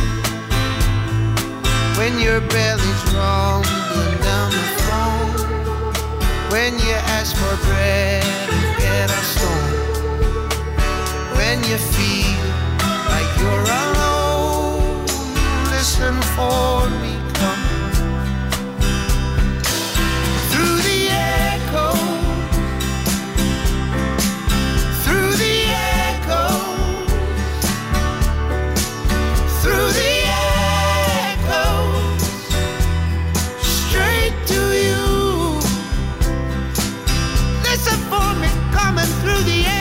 When your belly's rumbling down the phone, when you ask for bread and get a stone, when you feel like you're alone, listen for me coming through the echo, through the echo, through the echo, straight to you. Listen for me coming through the echo.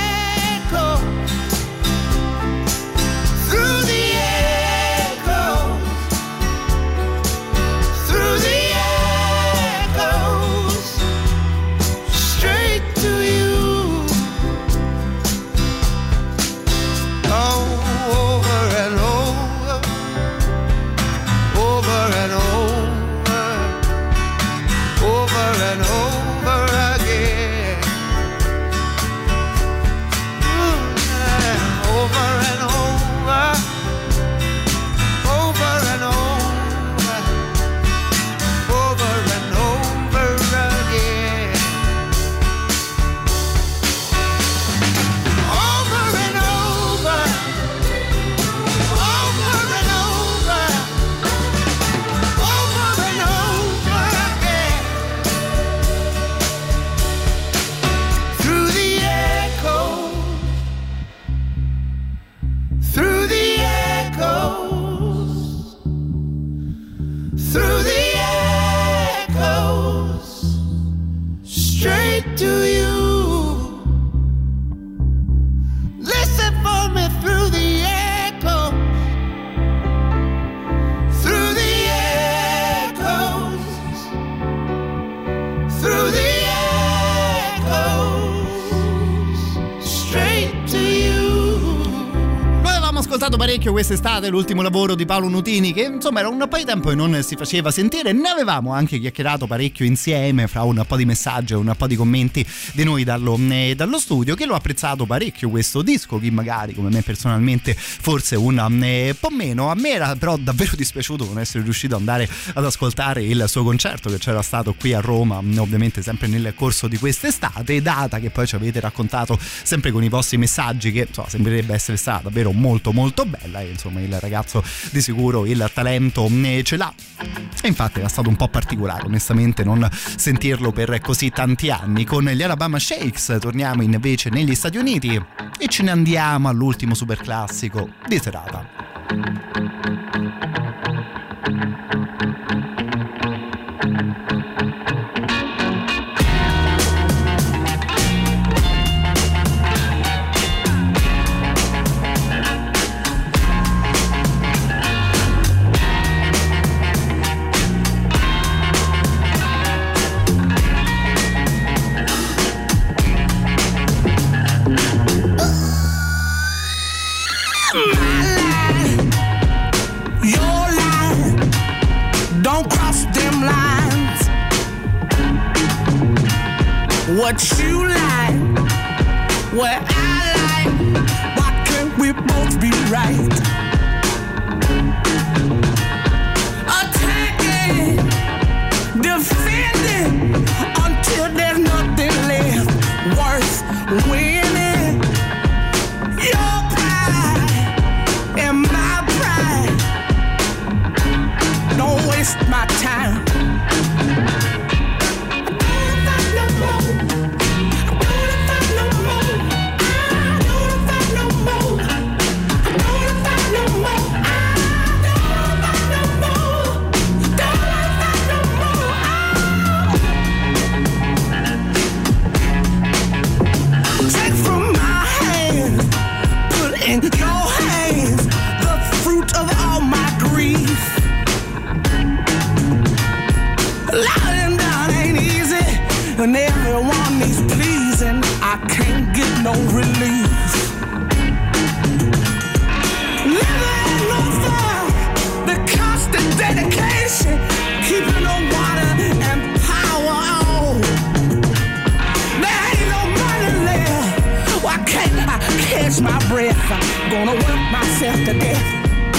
Parecchio quest'estate l'ultimo lavoro di Paolo Nutini, che insomma era un po' di tempo che non si faceva sentire. Ne avevamo anche chiacchierato parecchio insieme, fra un po' di messaggi e un po' di commenti di noi dallo, eh, dallo studio, che l'ho apprezzato parecchio questo disco, chi magari come me personalmente forse un eh, po' meno. A me era però davvero dispiaciuto non essere riuscito ad andare ad ascoltare il suo concerto che c'era stato qui a Roma, ovviamente sempre nel corso di quest'estate, data che poi ci avete raccontato sempre con i vostri messaggi che insomma, sembrerebbe essere stata davvero molto molto bella, e insomma il ragazzo di sicuro il talento ce l'ha, e infatti era stato un po' particolare onestamente non sentirlo per così tanti anni. Con gli Alabama Shakes torniamo invece negli Stati Uniti e ce ne andiamo all'ultimo super classico di serata. What you like, what I like, why can't we both be right? Attacking, defending, until there's nothing left worth winning. Your pride and my catch my breath. I'm gonna work myself to death.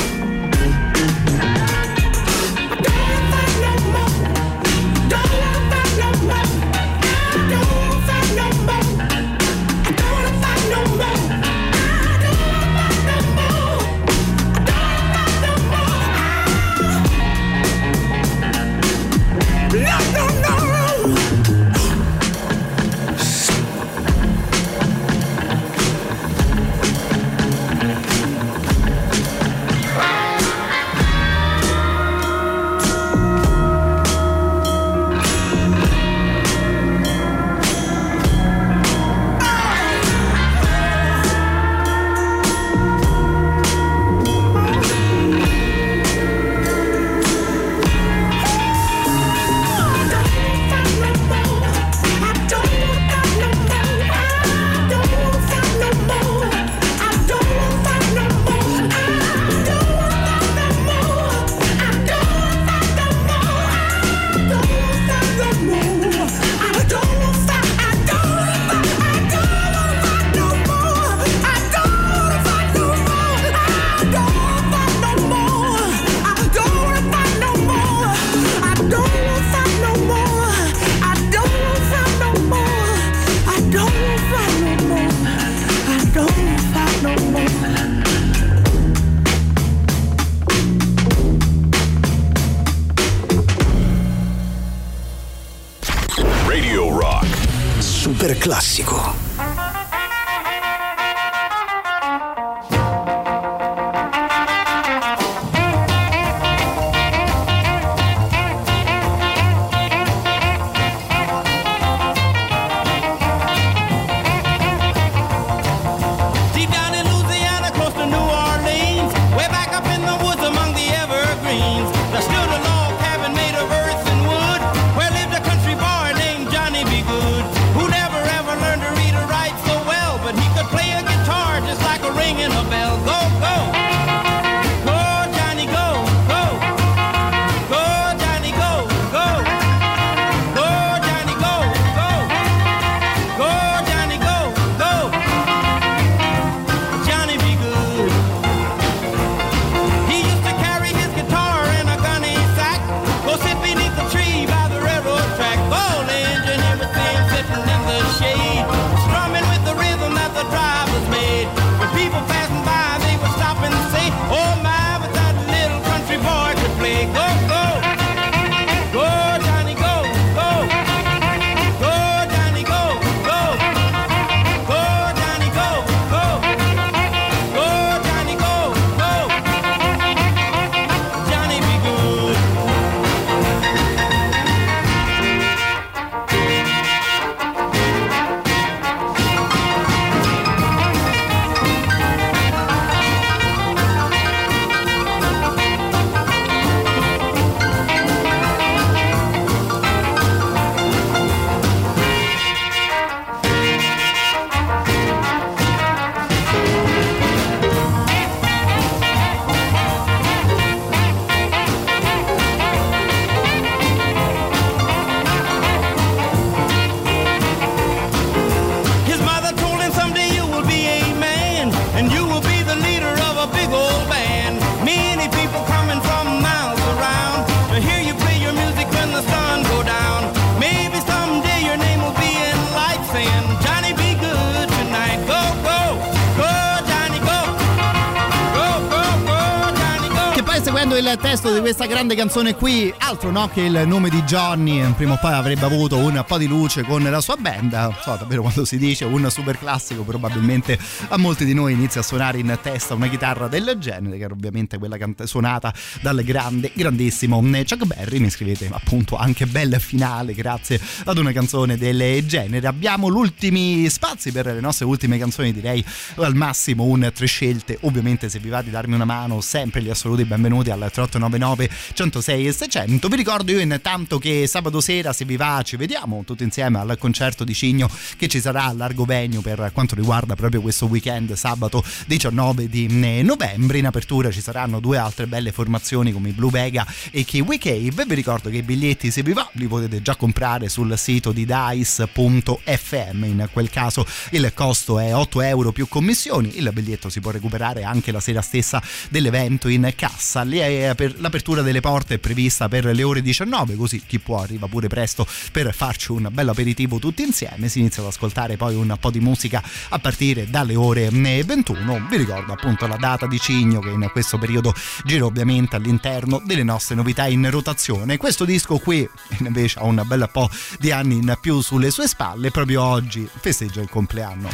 Classico. Il testo di questa grande canzone qui, altro no che il nome di Johnny, prima o poi avrebbe avuto un po' di luce con la sua band. So, davvero quando si dice un super classico, probabilmente a molti di noi inizia a suonare in testa una chitarra del genere, che era ovviamente quella canta- suonata dal grande, grandissimo Chuck Berry. Mi scrivete appunto anche bel finale grazie ad una canzone del genere. Abbiamo gli ultimi spazi per le nostre ultime canzoni, direi al massimo un tre scelte. Ovviamente se vi va di darmi una mano, sempre gli assoluti benvenuti al al tre otto nove nove uno zero sei e seicento. Vi ricordo io intanto che sabato sera, se vi va, ci vediamo tutti insieme al concerto di Cigno che ci sarà a Largo Venio per quanto riguarda proprio questo weekend, sabato diciannove di novembre. In apertura ci saranno due altre belle formazioni come i Blue Vega e Kiwi Cave. Vi ricordo che i biglietti, se vi va, li potete già comprare sul sito di dice punto effe emme. In quel caso il costo è otto euro più commissioni. Il biglietto si può recuperare anche la sera stessa dell'evento in cassa. L'apertura delle porte è prevista per le ore diciannove, così chi può arriva pure presto per farci un bello aperitivo tutti insieme. Si inizia ad ascoltare poi un po' di musica a partire dalle ore ventuno. Vi ricordo appunto la data di Cigno, che in questo periodo gira ovviamente all'interno delle nostre novità in rotazione. Questo disco qui invece ha un bel po' di anni in più sulle sue spalle, proprio oggi festeggia il compleanno.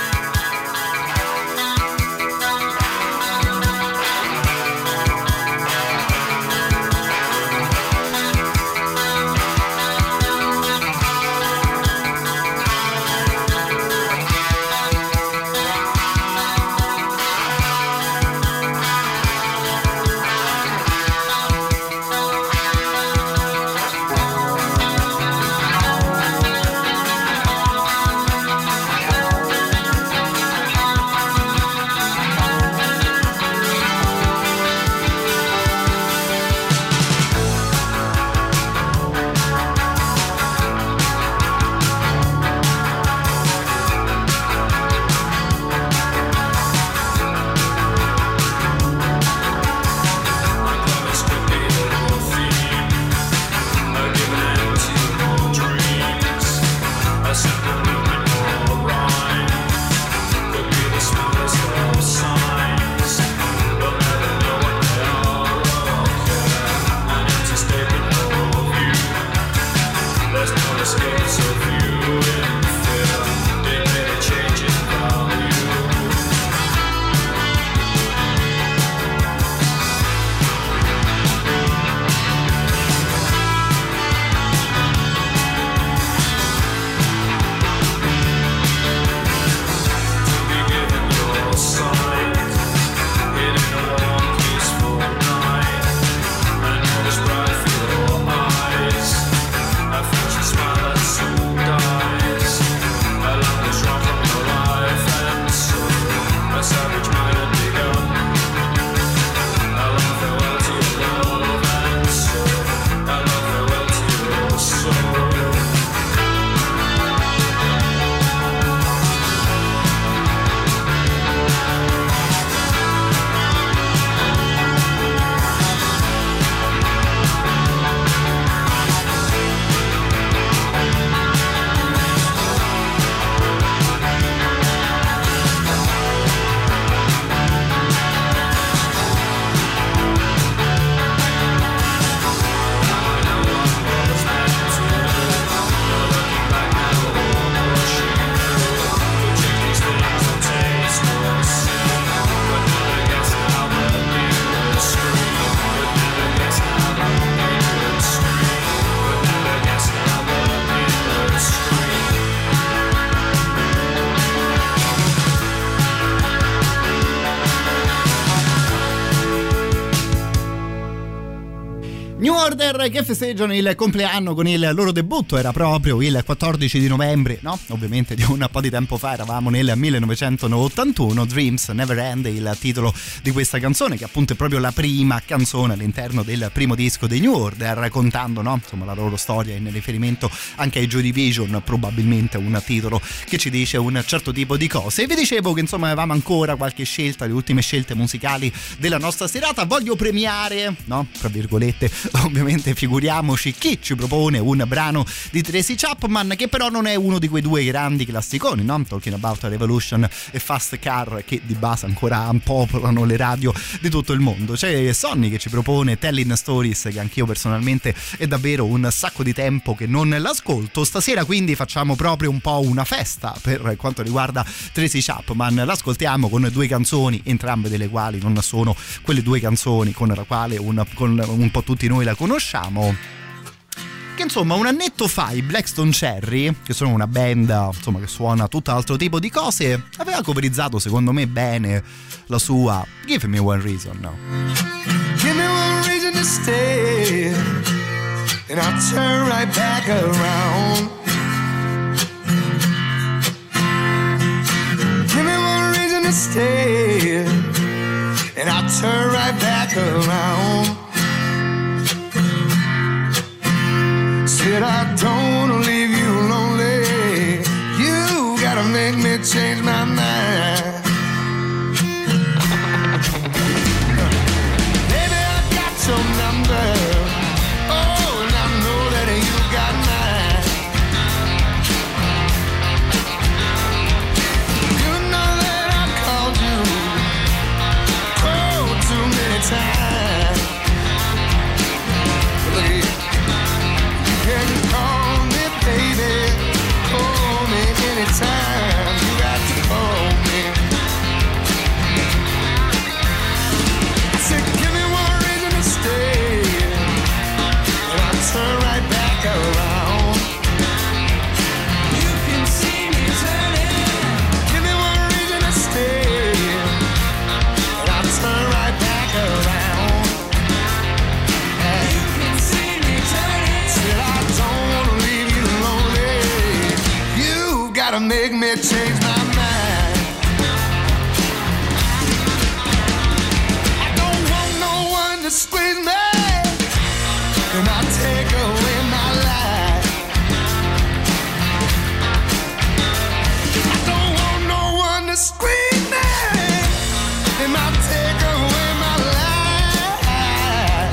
New Order che festeggiano il compleanno con il loro debutto, era proprio il quattordici di novembre, no? Ovviamente di un po' di tempo fa, eravamo nel millenovecentottantuno. Dreams Never End è il titolo di questa canzone, che appunto è proprio la prima canzone all'interno del primo disco dei New Order, raccontando, no? Insomma, la loro storia in riferimento anche ai Joy Division, probabilmente un titolo che ci dice un certo tipo di cose. E vi dicevo che insomma avevamo ancora qualche scelta, le ultime scelte musicali della nostra serata. Voglio premiare, no? Tra virgolette, ovviamente figuriamoci chi ci propone un brano di Tracy Chapman, che però non è uno di quei due grandi classiconi, no? Talking About a Revolution e Fast Car, che di base ancora popolano le radio di tutto il mondo. C'è Sonny che ci propone Telling Stories, che anch'io personalmente è davvero un sacco di tempo che non l'ascolto. Stasera quindi facciamo proprio un po' una festa per quanto riguarda Tracy Chapman. L'ascoltiamo con due canzoni, entrambe delle quali non sono quelle due canzoni con la quale un, con un po' tutti noi la conosciamo. Che insomma un annetto fa i Blackstone Cherry, che sono una band insomma che suona tutt'altro tipo di cose, aveva coverizzato secondo me bene la sua Give Me One Reason. No? Give me one to stay, and I'll turn right back around. Give me one reason to stay, and I'll turn right back around. Said I don't wanna leave you lonely, you gotta make me change my mind. Baby, I got your number, oh, and I know that you got mine. You know that I called you, oh, too many times. Look at you. You can call me baby, call me anytime. You got to call me. I said, give me one reason to stay, and I'll turn right back around. You can see me turning. Give me one reason to stay, and I'll turn right back around. You can see me turning. Said I don't wanna leave you lonely, you gotta make me change my mind. I don't want no one to squeeze me, and I'll take away my life. I don't want no one to squeeze me, and I'll take away my life.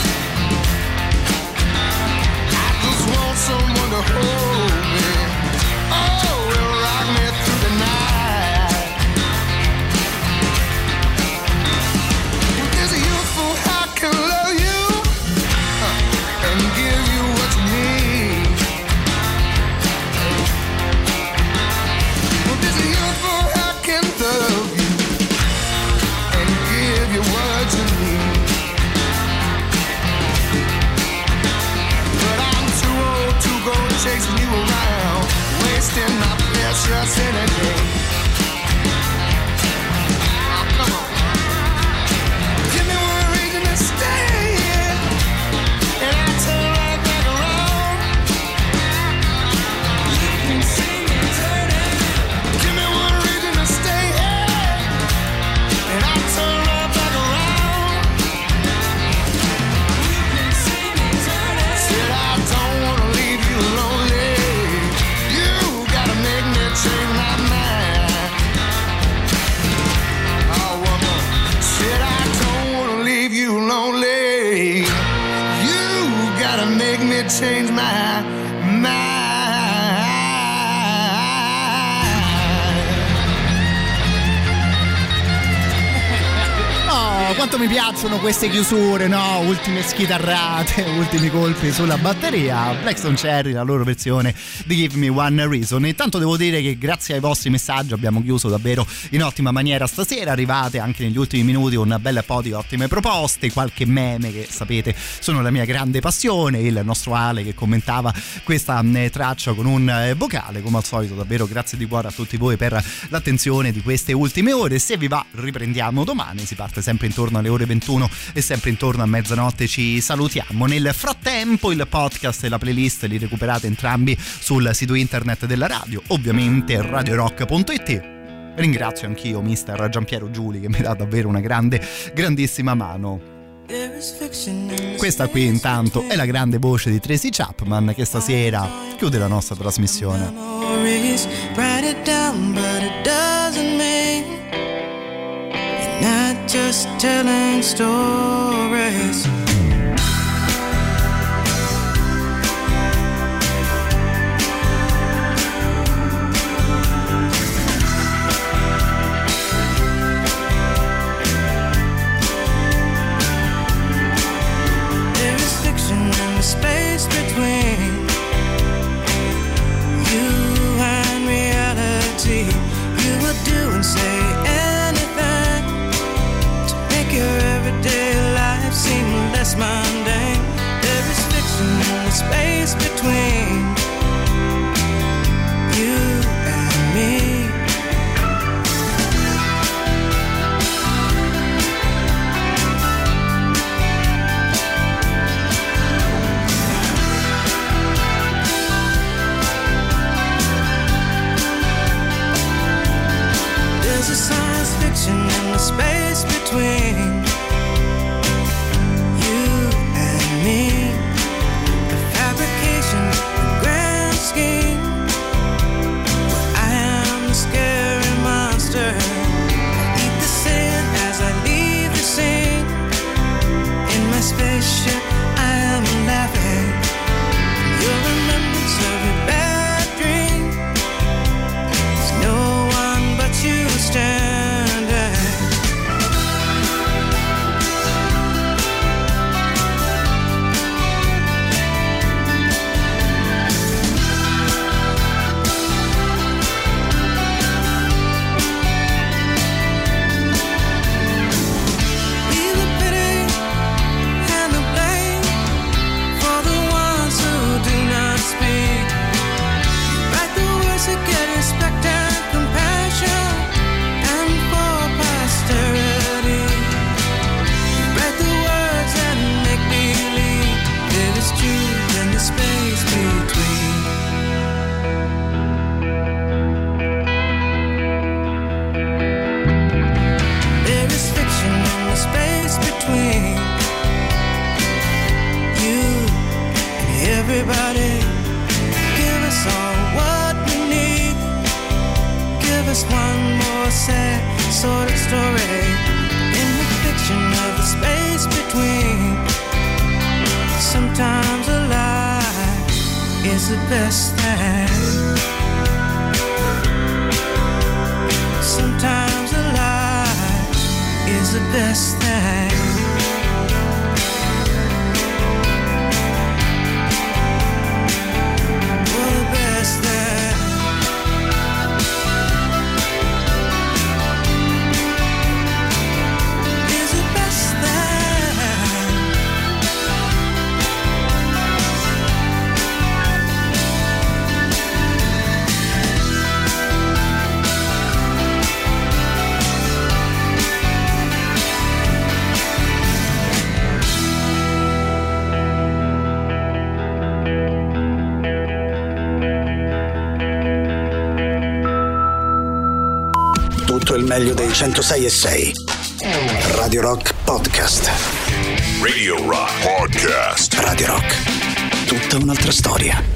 I just want someone to hold me, oh, and rock me through the night. There's a youthful heart can love you, uh, and give you what you need. Well, there's a youthful heart can love you, and give you what you need. But I'm too old to go chasing you around, wasting my precious energy. Oh, come on. Give me one reason to stay, and I'll turn right back around. You can see me turning. Give me one reason to stay, and I'll turn right back around. You can see me turning. Said I don't wanna leave you lonely, you gotta make me change my mind. Oh, one more. Said I don't wanna leave you lonely, you gotta make me change my mind. Oh, quanto mi piacciono queste chiusure, no? Ultime schitarrate, ultimi colpi sulla batteria. Blackstone Cherry, la loro versione di Give Me One Reason. Intanto devo dire che grazie ai vostri messaggi abbiamo chiuso davvero in ottima maniera stasera. Arrivate anche negli ultimi minuti un bel po' di ottime proposte, qualche meme che sapete sono la mia grande passione, il nostro Ale che commentava questa eh, traccia con un eh, vocale. Come al solito davvero grazie di cuore a tutti voi per l'attenzione di queste ultime ore. Se vi va riprendiamo domani, si parte sempre intorno alle ore ventuno e sempre intorno a mezzanotte ci salutiamo. Nel frattempo il podcast e la playlist li recuperate entrambi sul sito internet della radio, ovviamente radio rock punto it. Ringrazio anch'io mister Giampiero Giuli che mi dà davvero una grande, grandissima mano. Questa qui intanto è la grande voce di Tracy Chapman che stasera chiude la nostra trasmissione. Write it down, but it doesn't mean you're not just telling stories. Space between you and reality. You will do and say anything to make your everyday life seem less mundane. There is fiction in the space between you and me. There's a science fiction in the space between you and me. The fabrication, the grand scheme. I am the scary monster. I eat the sand as I leave the scene. In my spaceship, I am laughing. Your remembrance of your bad dream. There's no one but you standing. Be the pity and the blame for the ones who do not speak. Write the words that get respect and compassion, and for posterity. Write the words and make believe that it's true in the space between. There is fiction in the space between you and everybody. Give us all what we need. Give us one more sad sort of story in the fiction of the space between. Sometimes a lie is the best thing. Sometimes a lie is the best thing. Well, the best thing. Is the best thing. Tutto il meglio dei centosei e sei. Radio Rock Podcast. Radio Rock Podcast. Radio Rock. Tutta un'altra storia.